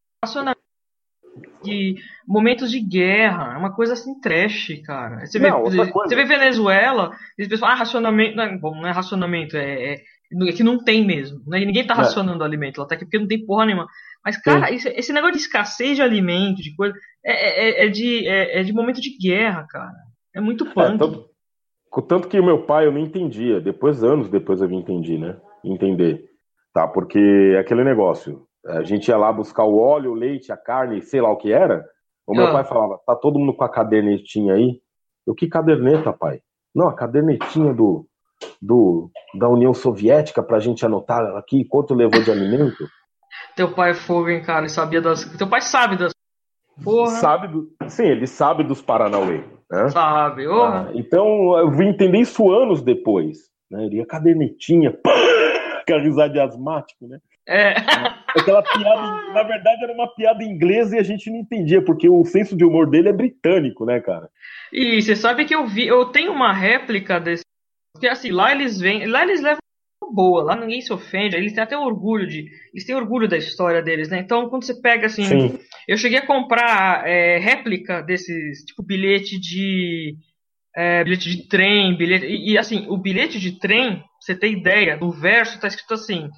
de momentos de guerra, é uma coisa assim trash, cara. Você vê Venezuela, e as pessoas racionamento, não é racionamento, é que não tem mesmo, né? Ninguém tá racionando alimento, ela tá aqui porque não tem porra nenhuma. Mas, cara, esse negócio de escassez de alimento, de coisa, é de momento de guerra, cara. É muito punk. Tanto que o meu pai eu não entendia, anos depois eu vim entender, tá? Porque aquele negócio, a gente ia lá buscar o óleo, o leite, a carne, sei lá o que era, o meu pai falava, tá todo mundo com a cadernetinha aí? Eu, que caderneta, pai? Não, a cadernetinha da União Soviética pra gente anotar aqui quanto levou de alimento. Teu pai é fogo, hein, cara, ele sabia Teu pai sabe das... Porra. Sim, ele sabe dos Paranauê. Né? Sabe, então eu vim entender isso anos depois. Né? Ele ia cadernetinha, aquela risada de asmático, né? Aquela piada, na verdade era uma piada inglesa e a gente não entendia, porque o senso de humor dele é britânico, né, cara? E você sabe que eu tenho uma réplica desse. Porque assim, lá eles levam boa, lá ninguém se ofende, eles têm até eles têm orgulho da história deles, né? Então quando você pega assim, eu cheguei a comprar réplica desses, tipo bilhete de bilhete de trem, assim, o bilhete de trem, pra você ter ideia, no verso tá escrito assim: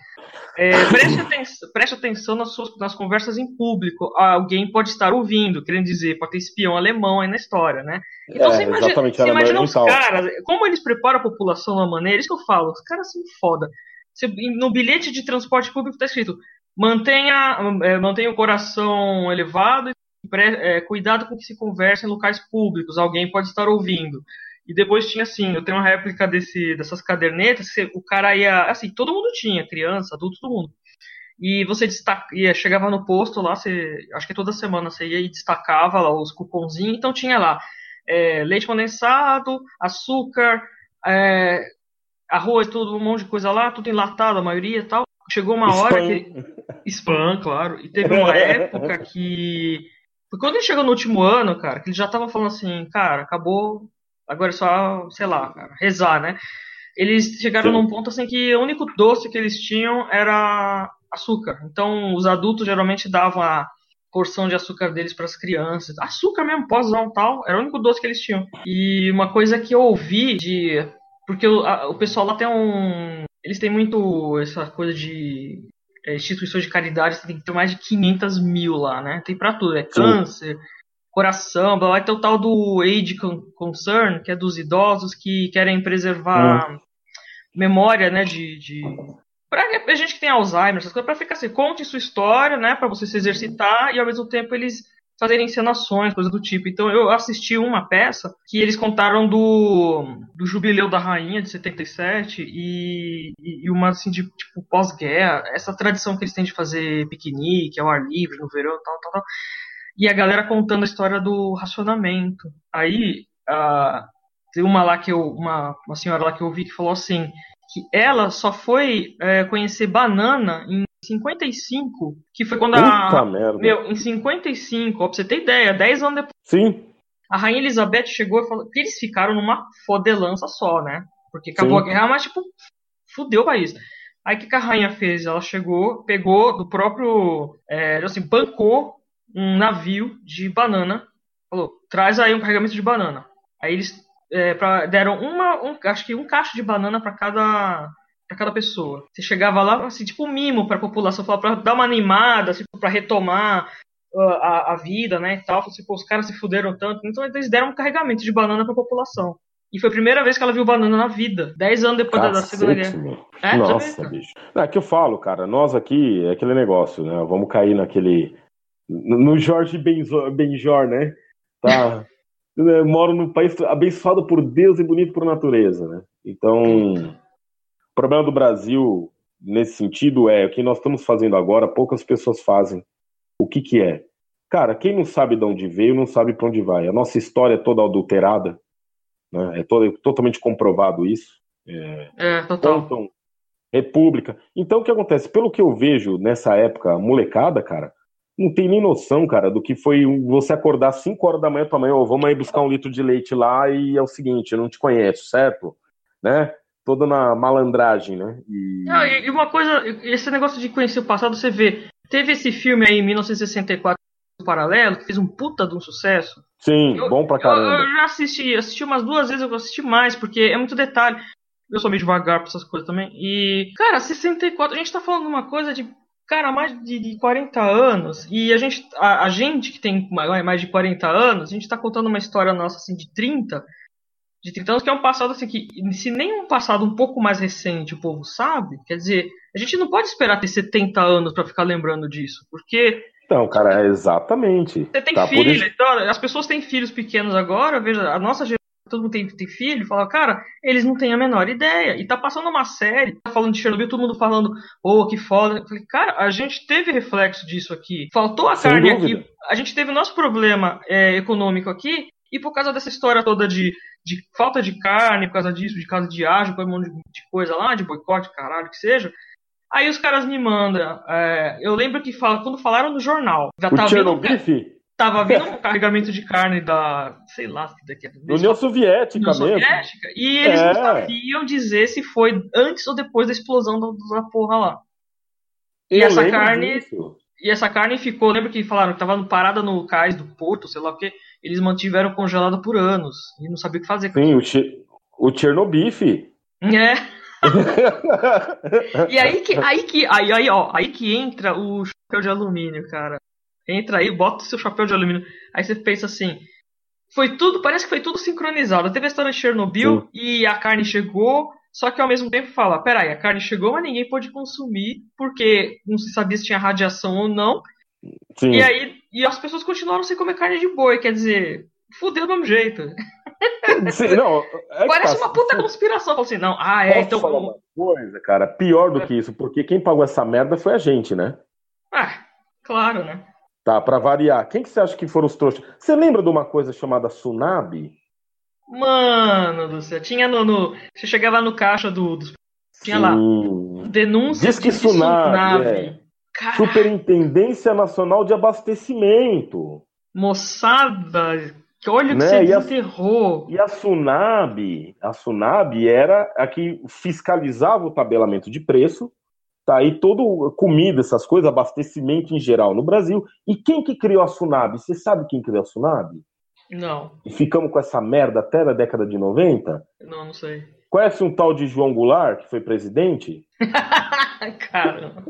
preste atenção nas conversas em público. Alguém pode estar ouvindo, querendo dizer, pode ter espião alemão aí na história, né? Então exatamente, você imagina os oriental. caras, como eles preparam a população de uma maneira, isso que eu falo, os caras são foda. No bilhete de transporte público tá escrito: mantenha o coração elevado e cuidado com o que se conversa em locais públicos, alguém pode estar ouvindo. E depois tinha assim, eu tenho uma réplica dessas cadernetas, o cara ia, assim, todo mundo tinha, criança, adulto, todo mundo. E você chegava no posto lá, acho que toda semana você ia e destacava lá os cupomzinhos, então tinha lá leite condensado, açúcar, arroz, tudo, um monte de coisa lá, tudo enlatado, a maioria e tal. Chegou uma hora que... Spam, claro. E teve uma época que... Porque quando ele chegou no último ano, cara, que ele já tava falando assim, cara, acabou... Agora é só, sei lá, cara, rezar, né? Eles chegaram num ponto assim que o único doce que eles tinham era açúcar. Então, os adultos geralmente davam a porção de açúcar deles para as crianças. Açúcar mesmo, pós-ão tal, era o único doce que eles tinham. E uma coisa que eu ouvi porque o pessoal lá eles têm muito essa coisa de instituições de caridade, tem que ter mais de 500 mil lá, né? Tem pra tudo, câncer, coração, blá, blá. Vai ter o tal do Age Concern, que é dos idosos que querem preservar memória, né, pra gente que tem Alzheimer, essas coisas, pra ficar assim, conte sua história, né, pra você se exercitar e ao mesmo tempo eles fazerem encenações, coisas do tipo. Então eu assisti uma peça que eles contaram do Jubileu da Rainha de 77 e uma assim de tipo pós-guerra, essa tradição que eles têm de fazer piquenique ao ar livre no verão, tal. E a galera contando a história do racionamento. Aí tem uma senhora lá que eu vi que falou assim, que ela só foi conhecer banana em 55, que foi quando em 55, ó, pra você ter ideia, 10 anos depois. Sim. A Rainha Elizabeth chegou e falou que eles ficaram numa fodelança só, né? Porque acabou a guerra, mas tipo, fudeu o país. Aí o que a rainha fez? Ela chegou, pegou do próprio, assim, bancou um navio de banana, falou, traz aí um carregamento de banana. Aí eles deram acho que um cacho de banana para cada pessoa. Você chegava lá, assim, tipo um mimo para a população, para dar uma animada, assim, para retomar a vida, né, e tal. Assim, os caras se fuderam tanto, então eles deram um carregamento de banana para a população. E foi a primeira vez que ela viu banana na vida, 10 anos depois da Segunda Guerra. Nossa, bicho. Não, é que eu falo, cara, nós aqui, é aquele negócio, né, vamos cair no Jorge Benjor, né, tá... Eu moro num país abençoado por Deus e bonito por natureza, né? Então, o problema do Brasil, nesse sentido, o que nós estamos fazendo agora, poucas pessoas fazem. O que é? Cara, quem não sabe de onde veio, não sabe para onde vai. A nossa história é toda adulterada, né? Totalmente comprovado isso. Total. Contam república. Então, o que acontece? Pelo que eu vejo nessa época, a molecada, cara, não tem nem noção, cara, do que foi você acordar 5 horas da manhã pra amanhã, vamos aí buscar 1 litro de leite lá e é o seguinte, eu não te conheço, certo? Né? Toda na malandragem, né? E uma coisa, esse negócio de conhecer o passado, você vê, teve esse filme aí em 1964, Paralelo, que fez um puta de um sucesso. Sim, bom pra caramba. Eu já assisti umas 2 vezes, eu assisti mais, porque é muito detalhe. Eu sou meio devagar pra essas coisas também. E, cara, 64, a gente tá falando de uma coisa de... Cara, mais de 40 anos, e a gente que tem mais de 40 anos, a gente tá contando uma história nossa, assim, de 30 anos, que é um passado, assim, que se nem um passado um pouco mais recente o povo sabe, quer dizer, a gente não pode esperar ter 70 anos pra ficar lembrando disso, porque... Então, cara, exatamente. Você tem filho, então, as pessoas têm filhos pequenos agora, veja, a nossa geração, todo mundo tem filho, fala, cara, eles não têm a menor ideia. E tá passando uma série, tá falando de Chernobyl, todo mundo falando, que foda. Eu falei, cara, a gente teve reflexo disso aqui. Faltou a carne aqui. A gente teve o nosso problema econômico aqui, e por causa dessa história toda de falta de carne, por causa disso, de causa de ágio, por um monte de coisa lá, de boicote, caralho, que seja. Aí os caras me mandam. Eu lembro que quando falaram no jornal, já tá vindo. Tava vindo um carregamento de carne da, sei lá, União Soviética mesmo. E eles não sabiam dizer se foi antes ou depois da explosão da porra lá. E essa carne ficou, lembra que falaram que tava parada no cais do porto, sei lá o quê, eles mantiveram congelado por anos e não sabiam o que fazer com Sim, isso. o Chernobyl. É. E aí que entra o chapéu de alumínio, cara. Entra aí, bota o seu chapéu de alumínio. Aí você pensa assim, parece que foi tudo sincronizado. Teve a história de Chernobyl. Sim. E a carne chegou, só que ao mesmo tempo fala, peraí, a carne chegou, mas ninguém pôde consumir, porque não se sabia se tinha radiação ou não. Sim. E as pessoas continuaram sem comer carne de boi, quer dizer, fudeu do mesmo jeito. Sim, não, parece uma puta conspiração. Fala assim, não, então. Falar uma coisa, cara, pior do que isso, porque quem pagou essa merda foi a gente, né? Claro, né? Tá, pra variar. Quem que você acha que foram os trouxas? Você lembra de uma coisa chamada tsunami? Mano do céu, tinha você chegava no caixa dos. Tinha lá, denúncia Diz que tsunami. É. Superintendência Nacional de Abastecimento. Moçada, olha o que você desenterrou. E a Tsunami era a que fiscalizava o tabelamento de preço, tá aí todo comida, essas coisas, abastecimento em geral no Brasil. E quem que criou a Tsunami? Você sabe quem criou a Tsunami? Não. E ficamos com essa merda até na década de 90? Não sei. Conhece um tal de João Goulart, que foi presidente? Caramba.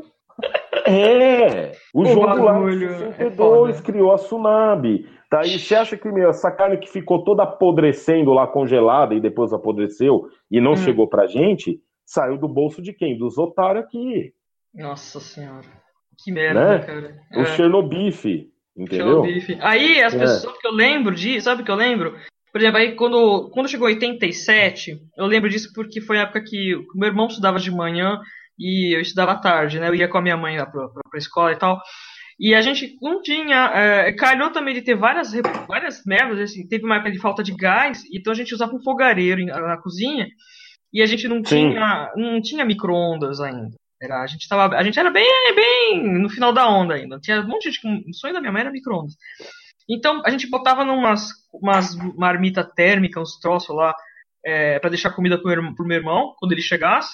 O João Goulart, em 62, criou a Tsunami. Tá, e você acha que essa carne que ficou toda apodrecendo lá, congelada, e depois apodreceu e não chegou pra gente, saiu do bolso de quem? Dos otários aqui. Nossa senhora. Que merda, né? Cara. O Chernobyl, entendeu? Aí as pessoas que eu lembro disso, sabe o que eu lembro? Por exemplo, aí quando chegou 87, eu lembro disso porque foi a época que o meu irmão estudava de manhã e eu estudava à tarde, né? Eu ia com a minha mãe lá pra escola e tal. E a gente não tinha... calhou também de ter várias merdas, assim. Teve uma época de falta de gás, então a gente usava um fogareiro na cozinha e a gente não tinha micro-ondas ainda. A gente era bem no final da onda ainda. Tinha um monte de gente... O sonho da minha mãe era micro-ondas. Então a gente botava umas marmita térmica, uns troços lá, pra deixar comida pro meu irmão quando ele chegasse.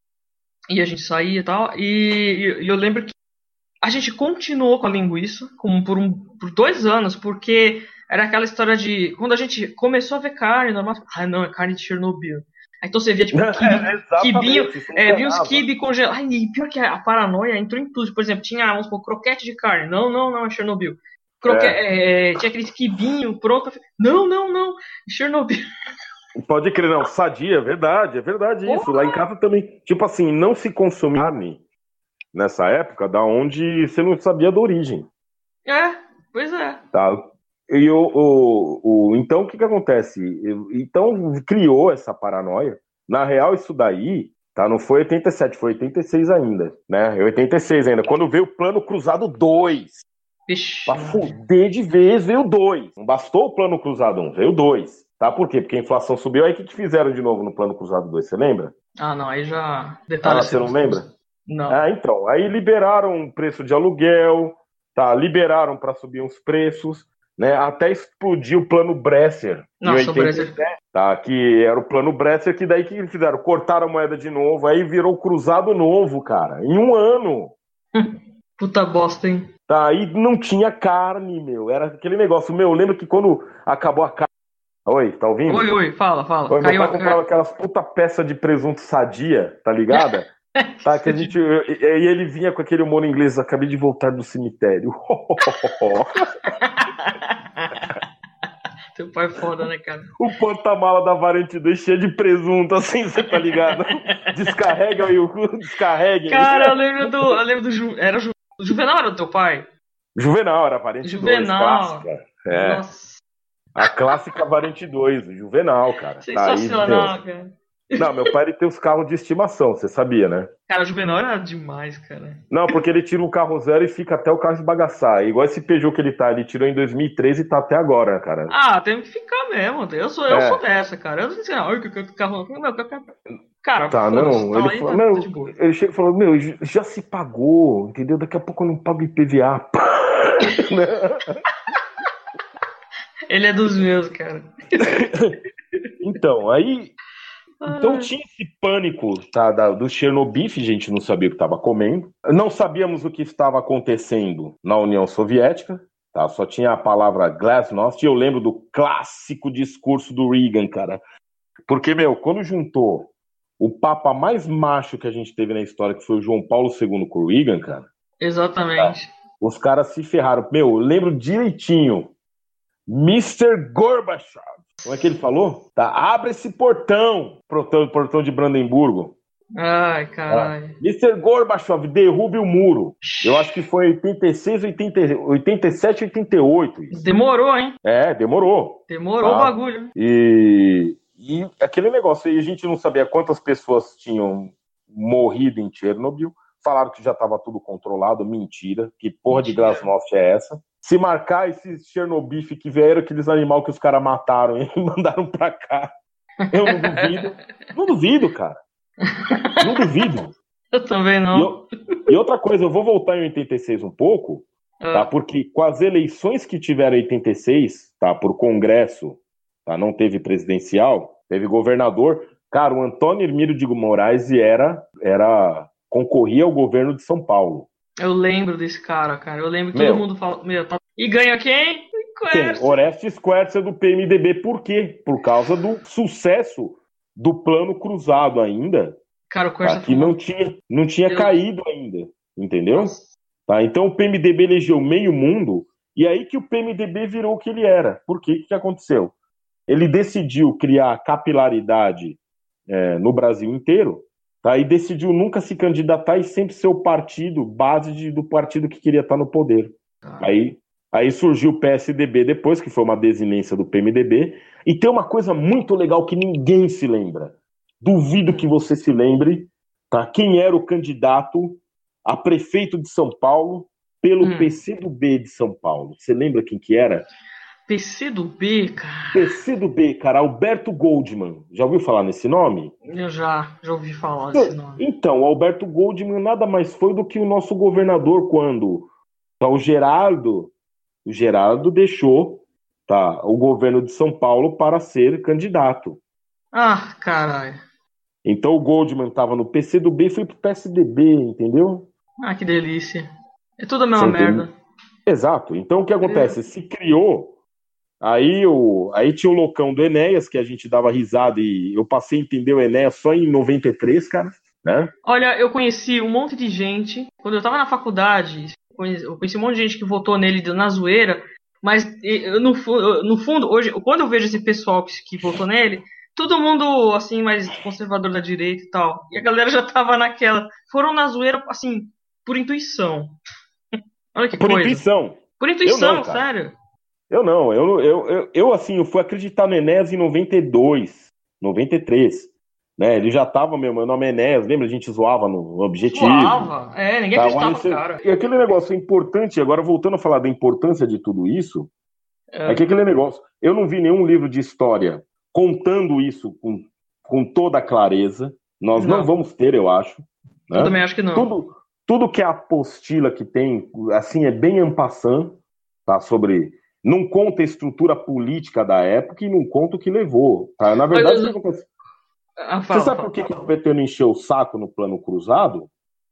E a gente saía e tal. E eu lembro que a gente continuou com a linguiça por 2 anos, porque era aquela história de... Quando a gente começou a ver carne, normal, não, é carne de Chernobyl. Aí então você via, tipo, quibinho, via uns quibe congelados. Ai, e pior que a paranoia entrou em tudo. Por exemplo, tinha, vamos supor, croquete de carne. Não, é Chernobyl. Tinha aquele quibinho pronto. Não, Chernobyl. Pode crer, não, sadia, é verdade isso. Lá em casa também, tipo assim, não se consumia carne nessa época, da onde você não sabia da origem. Pois é. Tá. E então o que acontece? Então criou essa paranoia. Na real, isso daí, tá, não foi 87, foi 86 ainda, né? 86 ainda, quando veio o Plano Cruzado 2. Vixe. Pra fuder de vez, veio 2. Não bastou o Plano Cruzado 1, veio 2. Tá? Por quê? Porque a inflação subiu. Aí o que fizeram de novo no Plano Cruzado 2? Você lembra? Não, aí já... Detalhes. Você não lembra? Não. Então. Aí liberaram o preço de aluguel, tá? Liberaram para subir os preços, né? Até explodir o Plano Bresser. Nossa, o Bresser. Tá? Que era o Plano Bresser, que daí que fizeram? Cortaram a moeda de novo, aí virou Cruzado Novo, cara. Em 1 ano. Puta bosta, hein? Tá? Aí não tinha carne, meu. Era aquele negócio. Eu lembro que quando acabou a carne... Oi, tá ouvindo? Oi, fala. Oi, meu pai comprava aquelas puta peça de presunto Sadia, tá ligada? Tá, que a gente... E ele vinha com aquele humor inglês, acabei de voltar do cemitério. Teu pai é foda, né, cara? O porta-mala da Variante 2 cheio de presunto, assim, você tá ligado? Descarrega aí, descarrega. Cara, eu lembro do... Era o Juvenal, era do teu pai? Juvenal, era a Variante 2, clássica. Nossa. A clássica Variante 2, o Juvenal, cara. Sensacional, tá aí, cara. Não, meu pai ele tem os carros de estimação, você sabia, né? Cara, o Juvenal era demais, cara. Não, porque ele tira um carro zero e fica até o carro esbagaçar. Igual esse Peugeot que ele tirou em 2013 e tá até agora, cara. Tem que ficar mesmo. Eu sou dessa, cara. Eu não sei assim, que carro... Meu, cara, tá, não. Ele falou, não, ele chega e falou, meu, já se pagou, entendeu? Daqui a pouco eu não pago IPVA. Ele é dos meus, cara. Então, aí... Então tinha esse pânico, tá, do Chernobyl, a gente não sabia o que estava comendo. Não sabíamos o que estava acontecendo na União Soviética, tá? Só tinha a palavra glasnost, e eu lembro do clássico discurso do Reagan, cara. Porque, quando juntou o papa mais macho que a gente teve na história, que foi o João Paulo II com o Reagan, cara. Exatamente. Os caras se ferraram. Eu lembro direitinho. Mr. Gorbachev. Como é que ele falou? Tá, abre esse portão. Portão de Brandemburgo. Ai, caralho. Mr. Gorbachev, derrube o muro. Eu acho que foi 86, 87, 88. Isso. Demorou, hein? Demorou. Demorou o bagulho. E aquele negócio aí, a gente não sabia quantas pessoas tinham morrido em Chernobyl. Falaram que já estava tudo controlado. Mentira. Que porra de glasnost é essa? Se marcar esses Chernobyl que vieram aqueles animais que os caras mataram e mandaram pra cá. Eu não duvido. Não duvido, cara. Não duvido. Eu também não. E outra coisa, eu vou voltar em 86 um pouco, tá? Porque com as eleições que tiveram em 86, tá? Por Congresso, tá? Não teve presidencial, teve governador. Cara, o Antônio Hermílio de Moraes concorria ao governo de São Paulo. Eu lembro desse cara. Eu lembro que todo mundo fala... E ganha quem? Quem? Orestes Quercia do PMDB. Por quê? Por causa do sucesso do plano cruzado ainda. Cara, o Quercia que não tinha caído ainda. Entendeu? Tá, então o PMDB elegeu meio mundo, e aí que o PMDB virou o que ele era. Por quê? O que aconteceu? Ele decidiu criar capilaridade no Brasil inteiro, tá, e decidiu nunca se candidatar e sempre ser o partido, base do partido que queria estar no poder. Aí surgiu o PSDB depois, que foi uma desinência do PMDB, e tem uma coisa muito legal que ninguém se lembra. Duvido que você se lembre, tá? Quem era o candidato a prefeito de São Paulo pelo PCdoB de São Paulo. Você lembra quem que era? PCdoB, cara. PCdoB, cara, Alberto Goldman. Já ouviu falar nesse nome? Eu já ouvi falar desse nome. Então, o Alberto Goldman nada mais foi do que o nosso governador quando o Geraldo deixou, tá, o governo de São Paulo para ser candidato. Ah, caralho. Então o Goldman estava no PCdoB e foi pro PSDB, entendeu? Ah, que delícia. É tudo a mesma merda. Exato. Então o que acontece? Se criou, aí tinha o loucão do Enéas, que a gente dava risada, e eu passei a entender o Enéas só em 93, cara, né? Olha, eu conheci um monte de gente, quando eu tava na faculdade, eu conheci um monte de gente que votou nele na zoeira, mas no fundo, hoje, quando eu vejo esse pessoal que votou nele, todo mundo, assim, mais conservador da direita e tal. E a galera já tava naquela. Foram na zoeira, assim, por intuição. Olha que coisa. Intuição. Por intuição, sério. Eu não. Eu fui acreditar no Enéas em 92, 93. Né? Ele já tava, meu nome é Enéas, lembra? A gente zoava no Objetivo. Zoava, ninguém acreditava no cara. E aquele negócio importante, agora voltando a falar da importância de tudo isso, é que aquele negócio, eu não vi nenhum livro de história contando isso com toda a clareza. Nós não vamos ter, eu acho. Né? Eu também acho que não. Tudo que é apostila que tem, assim, é bem en passant, tá? Sobre... Não conta a estrutura política da época e não conta o que levou. Tá? Na verdade, você sabe por que o PT não encheu o saco no plano cruzado?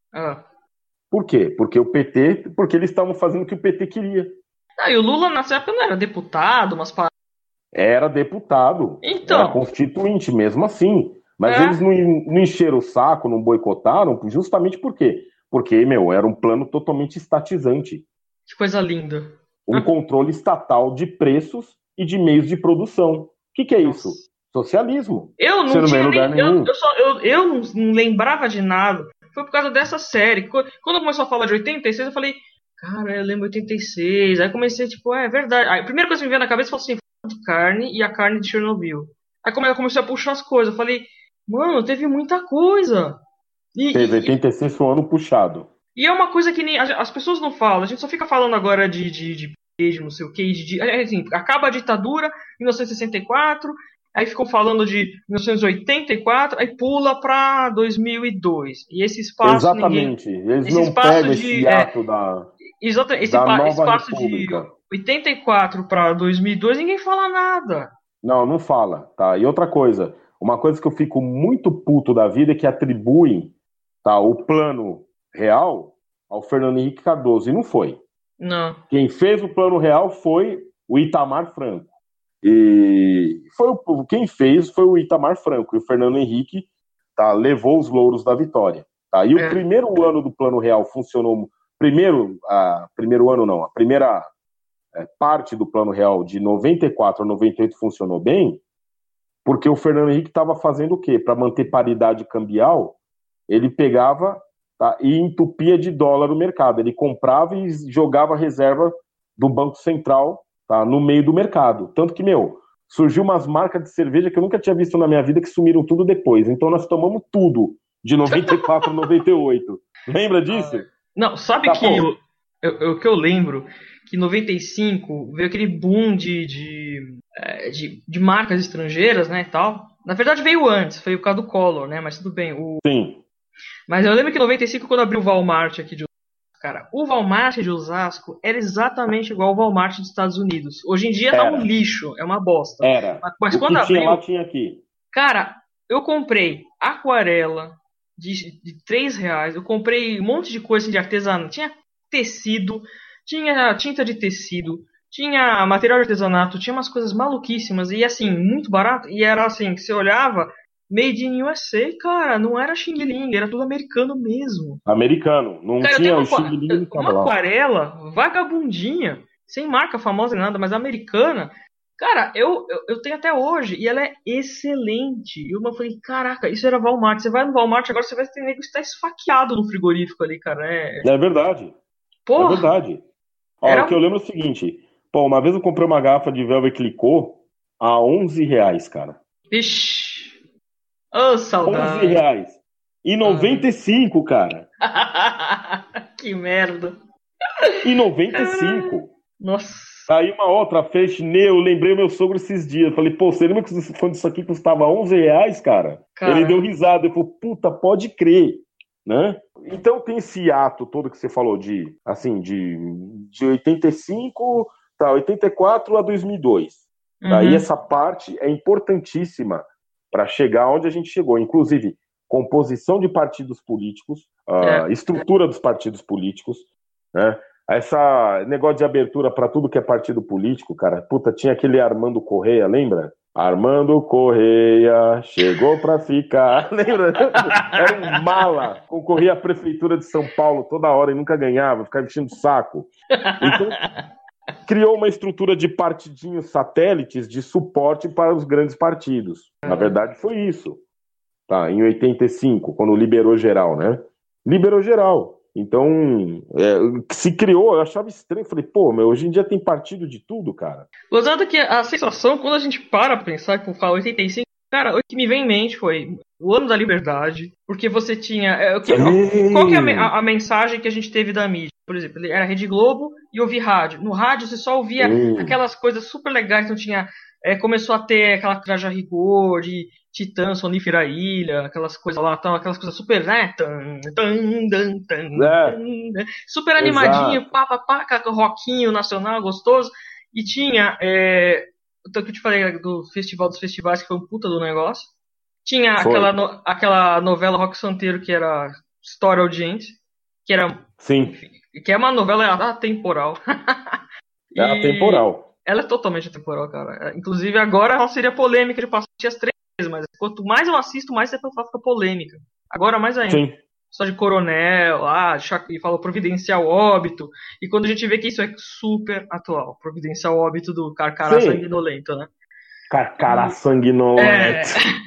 Por quê? Porque eles estavam fazendo o que o PT queria. E o Lula nessa época não era deputado, mas era deputado, era constituinte mesmo assim, mas eles não encheram o saco, não boicotaram, justamente por quê? Porque, era um plano totalmente estatizante. Que coisa linda. Um controle estatal de preços e de meios de produção. O que é isso? Socialismo. Eu não tinha eu não lembrava de nada. Foi por causa dessa série. Quando começou a falar de 86, eu falei, cara, eu lembro 86. Aí comecei, é verdade. Aí a primeira coisa que me veio na cabeça foi assim, de carne e a carne de Chernobyl. Aí comecei a puxar as coisas. Eu falei, mano, teve muita coisa. Teve 86 foi um ano puxado. E é uma coisa que nem as pessoas não falam. A gente só fica falando agora de não sei o que. Assim, acaba a ditadura, 1964. Aí ficam falando de 1984. Aí pula pra 2002. E esse espaço... Exatamente. Eles não pegam esse ato da nova espaço república. De 84 para 2002, ninguém fala nada. Não fala, tá? E outra coisa, uma coisa que eu fico muito puto da vida é que atribuem, tá, o plano real ao Fernando Henrique Cardoso, e não foi. Não. Quem fez o Plano Real foi o Itamar Franco. E quem fez foi o Itamar Franco. E o Fernando Henrique, tá, levou os louros da vitória. Tá? E o primeiro ano do Plano Real funcionou. Primeiro ano não, a primeira parte do Plano Real de 94 a 98 funcionou bem, porque o Fernando Henrique estava fazendo o quê? Para manter paridade cambial, ele pegava, tá, e entupia de dólar o mercado. Ele comprava e jogava a reserva do Banco Central, tá, no meio do mercado. Tanto que, surgiu umas marcas de cerveja que eu nunca tinha visto na minha vida que sumiram tudo depois. Então nós tomamos tudo de 94 a 98. Lembra disso? Não, sabe tá, que o que eu lembro que em 95 veio aquele boom de marcas estrangeiras, né, e tal. Na verdade veio antes, foi por causa do Collor, né, mas tudo bem. Sim. Mas eu lembro que em 95, quando abriu o Walmart aqui de Osasco, cara, o Walmart de Osasco era exatamente igual ao Walmart dos Estados Unidos. Hoje em dia tá um lixo, é uma bosta. Era. Mas o quando que abriu, tinha lá, tinha aqui. Cara, eu comprei aquarela de R$3, eu comprei um monte de coisa assim, de artesanato. Tinha tecido, tinha tinta de tecido, tinha material de artesanato, tinha umas coisas maluquíssimas e assim, muito barato. E era assim, que você olhava, Made in USA, cara, não era Xing Ling, era tudo americano mesmo. Americano, não cara, tinha o Xing Ling. Uma aquarela vagabundinha, sem marca famosa nem nada, mas americana. Cara, eu tenho até hoje e ela é excelente. E eu falei, caraca, isso era Walmart. Você vai no Walmart agora, você vai ter nego que está esfaqueado no frigorífico ali, cara. É verdade. Porra. É verdade. O que eu lembro é o seguinte. Pô, uma vez eu comprei uma garrafa de Velvet Clicquot a R$11, cara. Ixi. Ô, saudade. R$11. E 95, cara. Que merda. E 95. Nossa. Aí uma outra fechinê, eu lembrei meu sogro esses dias. Eu falei, pô, você lembra quando isso aqui custava R$11, cara? Ele deu risada. Ele falou, puta, pode crer, né? Então tem esse ato todo que você falou de 85, 84 a 2002. Tá? E essa parte é importantíssima para chegar onde a gente chegou. Inclusive, composição de partidos políticos, estrutura dos partidos políticos, né? Essa negócio de abertura para tudo que é partido político, cara. Puta, tinha aquele Armando Correia, lembra? Armando Correia chegou pra ficar. Lembra? Era um mala. Concorria à prefeitura de São Paulo toda hora e nunca ganhava, ficava enchendo o saco. Então, criou uma estrutura de partidinhos satélites de suporte para os grandes partidos. Na verdade, foi isso. Tá, em 85, quando liberou geral, né? Liberou geral. Então, se criou, eu achava estranho. Falei, pô, hoje em dia tem partido de tudo, cara. Gozado que a sensação, quando a gente para pra pensar que fala 85, cara, o que me vem em mente foi o ano da liberdade, porque você tinha... qual que é a mensagem que a gente teve da mídia? Por exemplo, era Rede Globo e ouvir rádio. No rádio você só ouvia aquelas coisas super legais, então tinha... começou a ter aquela Traja Rigor, de Titã, Sonífera Ilha, aquelas coisas lá, aquelas coisas super, né? Super animadinho, rockinho nacional, gostoso. E tinha, então que eu te falei do Festival dos Festivais, que foi um puta do negócio. Tinha aquela novela Rock Santeiro, que era História Audiência, que era... Sim. Que é uma novela atemporal. É atemporal. Ela é totalmente atemporal, cara. Inclusive, agora ela seria polêmica de passar as 3 vezes, mas quanto mais eu assisto, mais ela fica polêmica. Agora mais ainda. Sim. Só de coronel, e fala providencial óbito. E quando a gente vê que isso é super atual. Providencial óbito do Carcará sanguinolento, né? Carcará sanguinolento.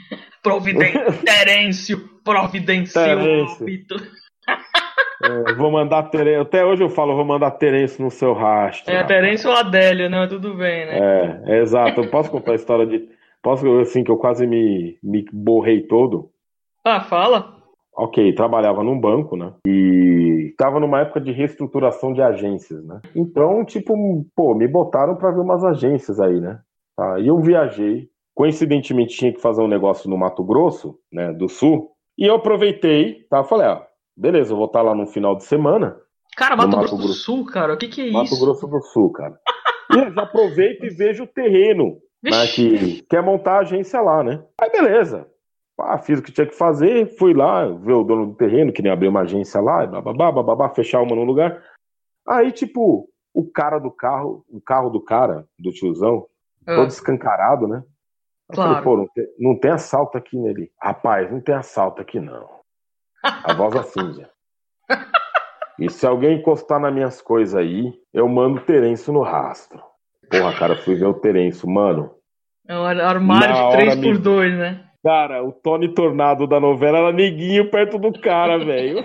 Terêncio providencial óbito. Vou mandar Terêncio. Até hoje eu falo, vou mandar Terêncio no seu rastro. Terêncio ou Adélio, né? Tudo bem, né? Exato. Eu posso contar a história de... Posso, assim, que eu quase me borrei todo? Fala. Ok, trabalhava num banco, né? E estava numa época de reestruturação de agências, né? Então, me botaram para ver umas agências aí, né? Tá, e eu viajei. Coincidentemente, tinha que fazer um negócio no Mato Grosso, né? Do Sul. E eu aproveitei, tá? Falei, beleza, eu vou estar lá no final de semana. Cara, Mato Grosso do Sul, cara, o que é isso? Mato Grosso do Sul, cara. E eu já aproveito e vejo o terreno, né, que quer montar a agência lá, né? Aí beleza. Fiz o que tinha que fazer, fui lá ver o dono do terreno, que nem abrir uma agência lá, bababá, fechar uma no lugar. Aí, o cara do carro, o carro do cara, do tiozão, todo escancarado, né? Eu falei, pô, não tem assalto aqui nele. Rapaz, não tem assalto aqui, não. A voz assim, já. E se alguém encostar nas minhas coisas aí, eu mando o Terêncio no rastro. Porra, cara, fui ver o Terêncio, mano. É um armário de 3x2, né? Cara, o Tony Tornado da novela era neguinho perto do cara, velho.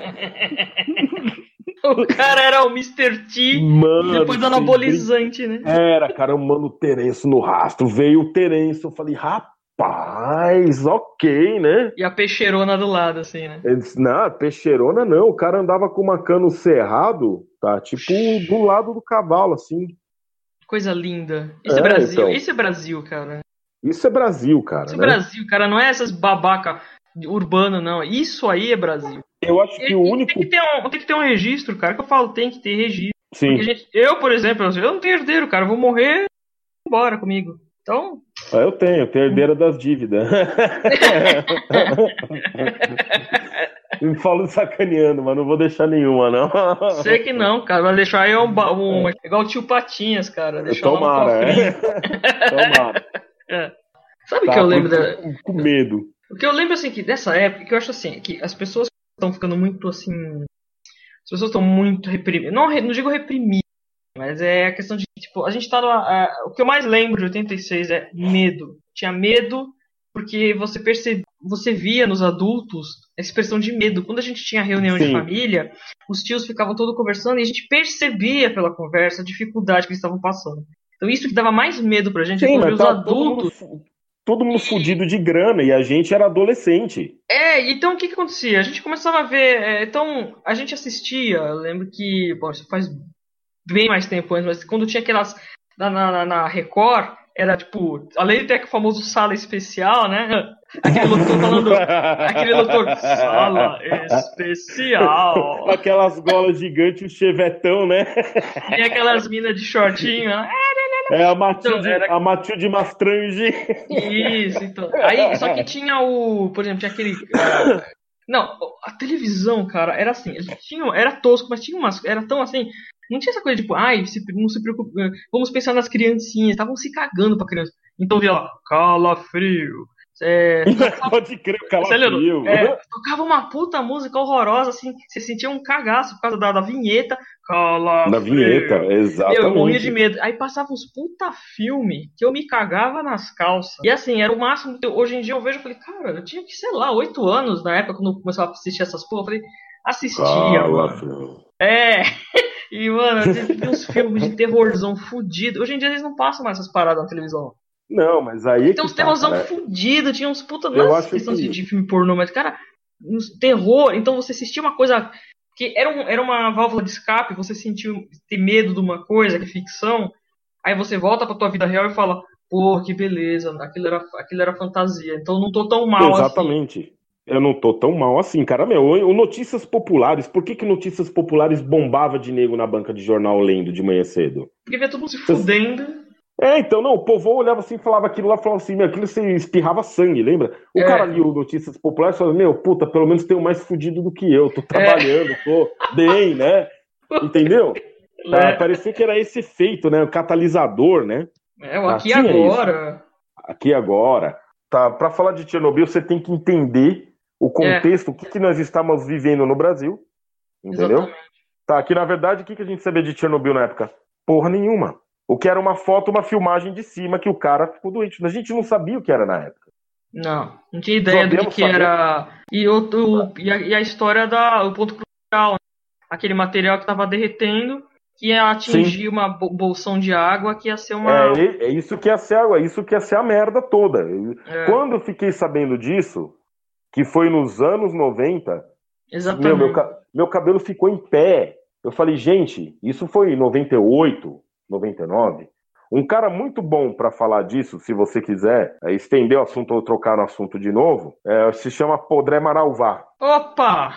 O cara era o Mr. T, mano, depois do anabolizante, né? Era, cara, eu mando o Terêncio no rastro. Veio o Terêncio, eu falei, rapaz, ok, né? E a peixeirona do lado, assim, né? Ele disse, não, peixeirona não, o cara andava com uma cano cerrado, tá? Tipo, do lado do cavalo, assim. Coisa linda. Isso é Brasil, então. Isso é Brasil, cara. Isso é Brasil, cara. Isso é Brasil, cara, não é essas babaca urbano, não. Isso aí é Brasil. Eu acho que o único... Tem que ter um registro, cara, que eu falo, tem que ter registro. Sim. Porque, eu, por exemplo, eu não tenho herdeiro, cara, eu vou morrer, embora comigo. Então... Eu tenho herdeira das dívidas. Me falo sacaneando, mas não vou deixar nenhuma, não. Sei que não, cara. Vai deixar aí igual o tio Patinhas, cara. Deixar Tomara, Tomara. Sabe o que eu lembro? Com medo. O que eu lembro, assim, que dessa época, que eu acho assim, que as pessoas estão ficando muito, assim... As pessoas estão muito reprimidas. Não digo reprimidas, mas é a questão de, tipo, a gente tá o que eu mais lembro de 86 é medo. Tinha medo porque você via nos adultos a expressão de medo. Quando a gente tinha reunião de família, os tios ficavam todos conversando e a gente percebia pela conversa a dificuldade que eles estavam passando. Então isso que dava mais medo pra gente, quando os adultos... Todo mundo fudido de grana e a gente era adolescente. Então o que acontecia? A gente começava a ver... então, a gente assistia, eu lembro que... Bom, isso faz bem mais tempo antes, mas quando tinha aquelas... Na Record, era tipo... Além de ter o famoso Sala Especial, né? Aquele locutor falando... Aquele locutor... Sala Especial. Aquelas golas gigantes, o chevetão, né? E aquelas minas de shortinho, né? A Matilde Mastrange. Isso, então. Aí, só que tinha por exemplo, tinha aquele... Não, a televisão, cara, era assim, era tosco, mas tinha umas... Era tão assim... Não tinha essa coisa tipo, não se preocupe, vamos pensar nas criancinhas, estavam se cagando pra criança. Então via lá, calafrio. Pode crer, calafrio. Tocava uma puta música horrorosa, assim, você sentia um cagaço por causa da vinheta. Calafrio. Da vinheta, exatamente. Eu morria de medo. Aí passava uns puta filme que eu me cagava nas calças. E assim, era o máximo. Hoje em dia eu vejo e falei, cara, eu tinha que, sei lá, 8 anos na época quando eu começava a assistir essas porra. Eu falei, assistia, mano. E, mano, eu vi uns filmes de terrorzão fudido. Hoje em dia eles não passam mais essas paradas na televisão. Não, mas aí... Tem uns terrorzão fudido, tinha uns puta... Não é questão de filme pornô, mas, cara, uns terror... Então você assistia uma coisa que era uma válvula de escape, você sentiu ter medo de uma coisa, que é ficção, aí você volta pra tua vida real e fala, pô, que beleza, aquilo era fantasia, então eu não tô tão mal assim. Exatamente. Eu não tô tão mal assim, cara. O Notícias Populares, por que Notícias Populares bombava de nego na banca de jornal lendo de manhã cedo? Porque via todo mundo se fudendo. Então, não, o povo olhava assim, falava aquilo lá, falava assim, aquilo você espirrava sangue, lembra? O cara lia o Notícias Populares e falava, puta, pelo menos tem um mais fudido do que eu, tô trabalhando, tô bem, né? Entendeu? Parecia que era esse efeito, né? O catalisador, né? O aqui agora. Aqui agora. Tá, pra falar de Chernobyl, você tem que entender o contexto, o que nós estamos vivendo no Brasil, entendeu? Exatamente. Tá, que na verdade, o que a gente sabia de Chernobyl na época? Porra nenhuma. O que era uma foto, uma filmagem de cima que o cara ficou doente. A gente não sabia o que era na época. Não tinha ideia do que era. E a história o ponto crucial, né? Aquele material que estava derretendo, que ia atingir uma bolsão de água, que ia ser uma... É isso que ia ser água, isso que ia ser a merda toda. Quando eu fiquei sabendo disso, que foi nos anos 90, exatamente. Meu cabelo ficou em pé. Eu falei, gente, isso foi em 98, 99. Um cara muito bom pra falar disso, se você quiser estender o assunto ou trocar no assunto de novo, se chama Podré Maralvá. Opa!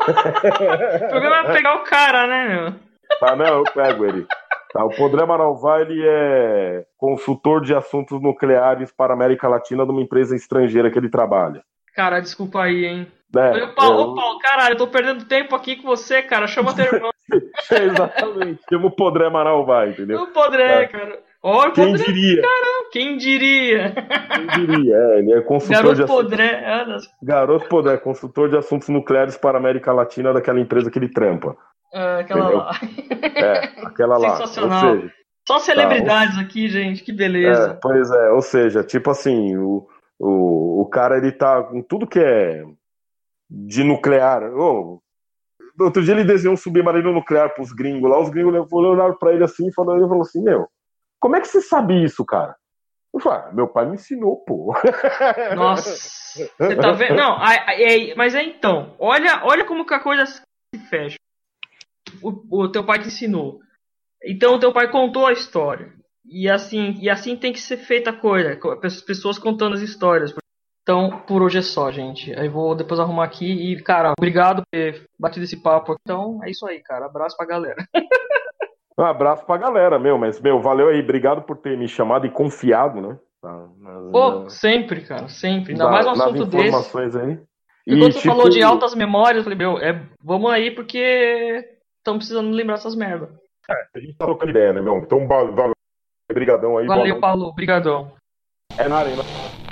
O problema é pegar o cara, né, meu? Tá, não, eu pego ele. Tá, o Podré Maralvá, ele é consultor de assuntos nucleares para a América Latina de uma empresa estrangeira que ele trabalha. Cara, desculpa aí, hein? Paulo, caralho, eu tô perdendo tempo aqui com você, cara. Chama teu irmão. Exatamente. Chama o Podré Maralvá, entendeu? O Podré, cara. Ó, Quem Podré, diria? caramba, quem diria? Quem diria? Ele é consultor Garoto de assuntos. Podré, Garoto Podré, consultor de assuntos nucleares para a América Latina daquela empresa que ele trampa. aquela Entendeu? lá. Aquela lá. Sensacional. Ou seja, Só celebridades aqui, gente, que beleza. pois é, ou seja, tipo assim, o cara ele tá com tudo que é de nuclear. Outro dia ele desenhou um submarino nuclear pros gringos lá, os gringos olharam pra ele assim e falou assim, meu, como é que você sabe isso, cara? Eu falei, meu pai me ensinou, pô. Nossa, você tá vendo? Não, mas então, olha como que a coisa se fecha. O teu pai te ensinou. Então o teu pai contou a história. E assim tem que ser feita a coisa. As pessoas contando as histórias. Então, por hoje é só, gente. Aí vou depois arrumar aqui. E, cara, obrigado por ter batido esse papo. Então, é isso aí, cara. Abraço pra galera. Um abraço pra galera, mas, valeu aí. Obrigado por ter me chamado e confiado, né? Sempre, cara. Sempre. Ainda mais um assunto desse. Informações aí. E quando você falou de altas memórias, eu falei, vamos aí, porque estamos precisando lembrar essas merdas. A gente tá trocando ideia, né, meu? Então, valeu. Obrigadão aí. Valeu, Paulo. Obrigadão. É na arena.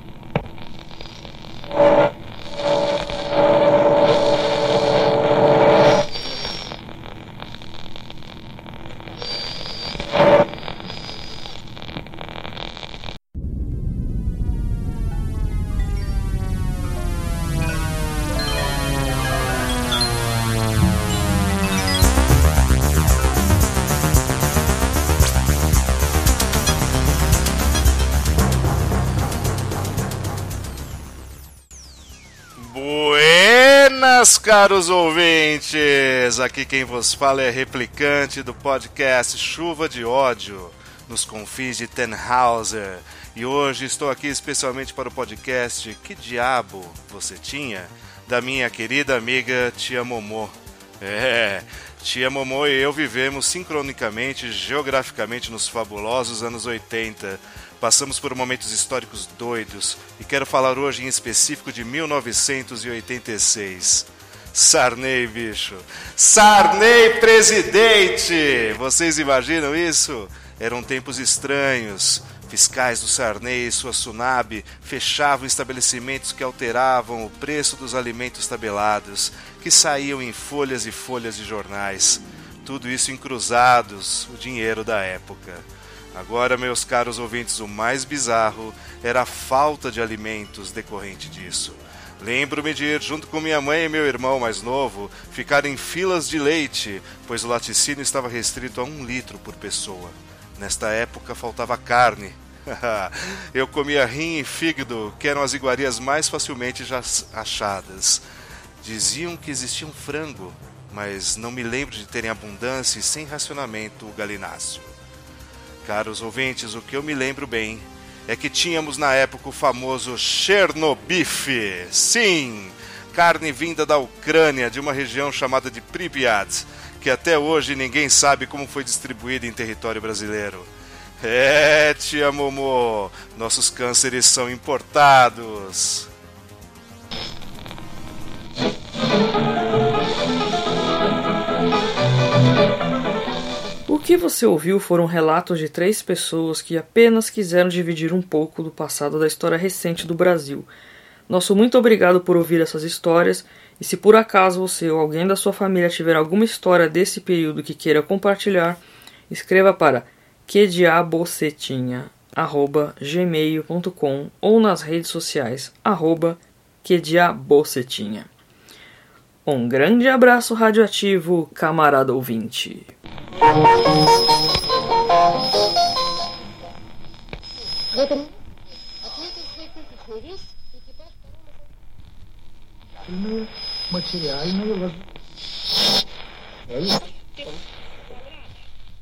Buenas, caros ouvintes! Aqui quem vos fala é Replicante do podcast Chuva de Ódio, nos confins de Tannhauser. E hoje estou aqui especialmente para o podcast Que Diabo Você Tinha? Da minha querida amiga Tia Momô. Tia Momô e eu vivemos sincronicamente, geograficamente, nos fabulosos anos 80. Passamos por momentos históricos doidos e quero falar hoje em específico de 1986. Sarney, bicho! Sarney presidente! Vocês imaginam isso? Eram tempos estranhos. Fiscais do Sarney e sua Sunab fechavam estabelecimentos que alteravam o preço dos alimentos tabelados, que saíam em folhas e folhas de jornais. Tudo isso em cruzados, o dinheiro da época. Agora, meus caros ouvintes, o mais bizarro era a falta de alimentos decorrente disso. Lembro-me de ir junto com minha mãe e meu irmão mais novo ficar em filas de leite, pois o laticínio estava restrito a 1 litro por pessoa. Nesta época faltava carne. Eu comia rim e fígado, que eram as iguarias mais facilmente achadas. Diziam que existia um frango, mas não me lembro de terem abundância e sem racionamento o galináceo. Caros ouvintes, o que eu me lembro bem é que tínhamos na época o famoso Chernobyl. Sim, carne vinda da Ucrânia, de uma região chamada de Pripyat, que até hoje ninguém sabe como foi distribuída em território brasileiro. Tia Momô, nossos cânceres são importados. O que você ouviu foram relatos de 3 pessoas que apenas quiseram dividir um pouco do passado da história recente do Brasil. Nosso muito obrigado por ouvir essas histórias, e se por acaso você ou alguém da sua família tiver alguma história desse período que queira compartilhar, escreva para quediabocetinha@gmail.com ou nas redes sociais @quediabocetinha. Um grande abraço radioativo, camarada ouvinte. Материальные возможности.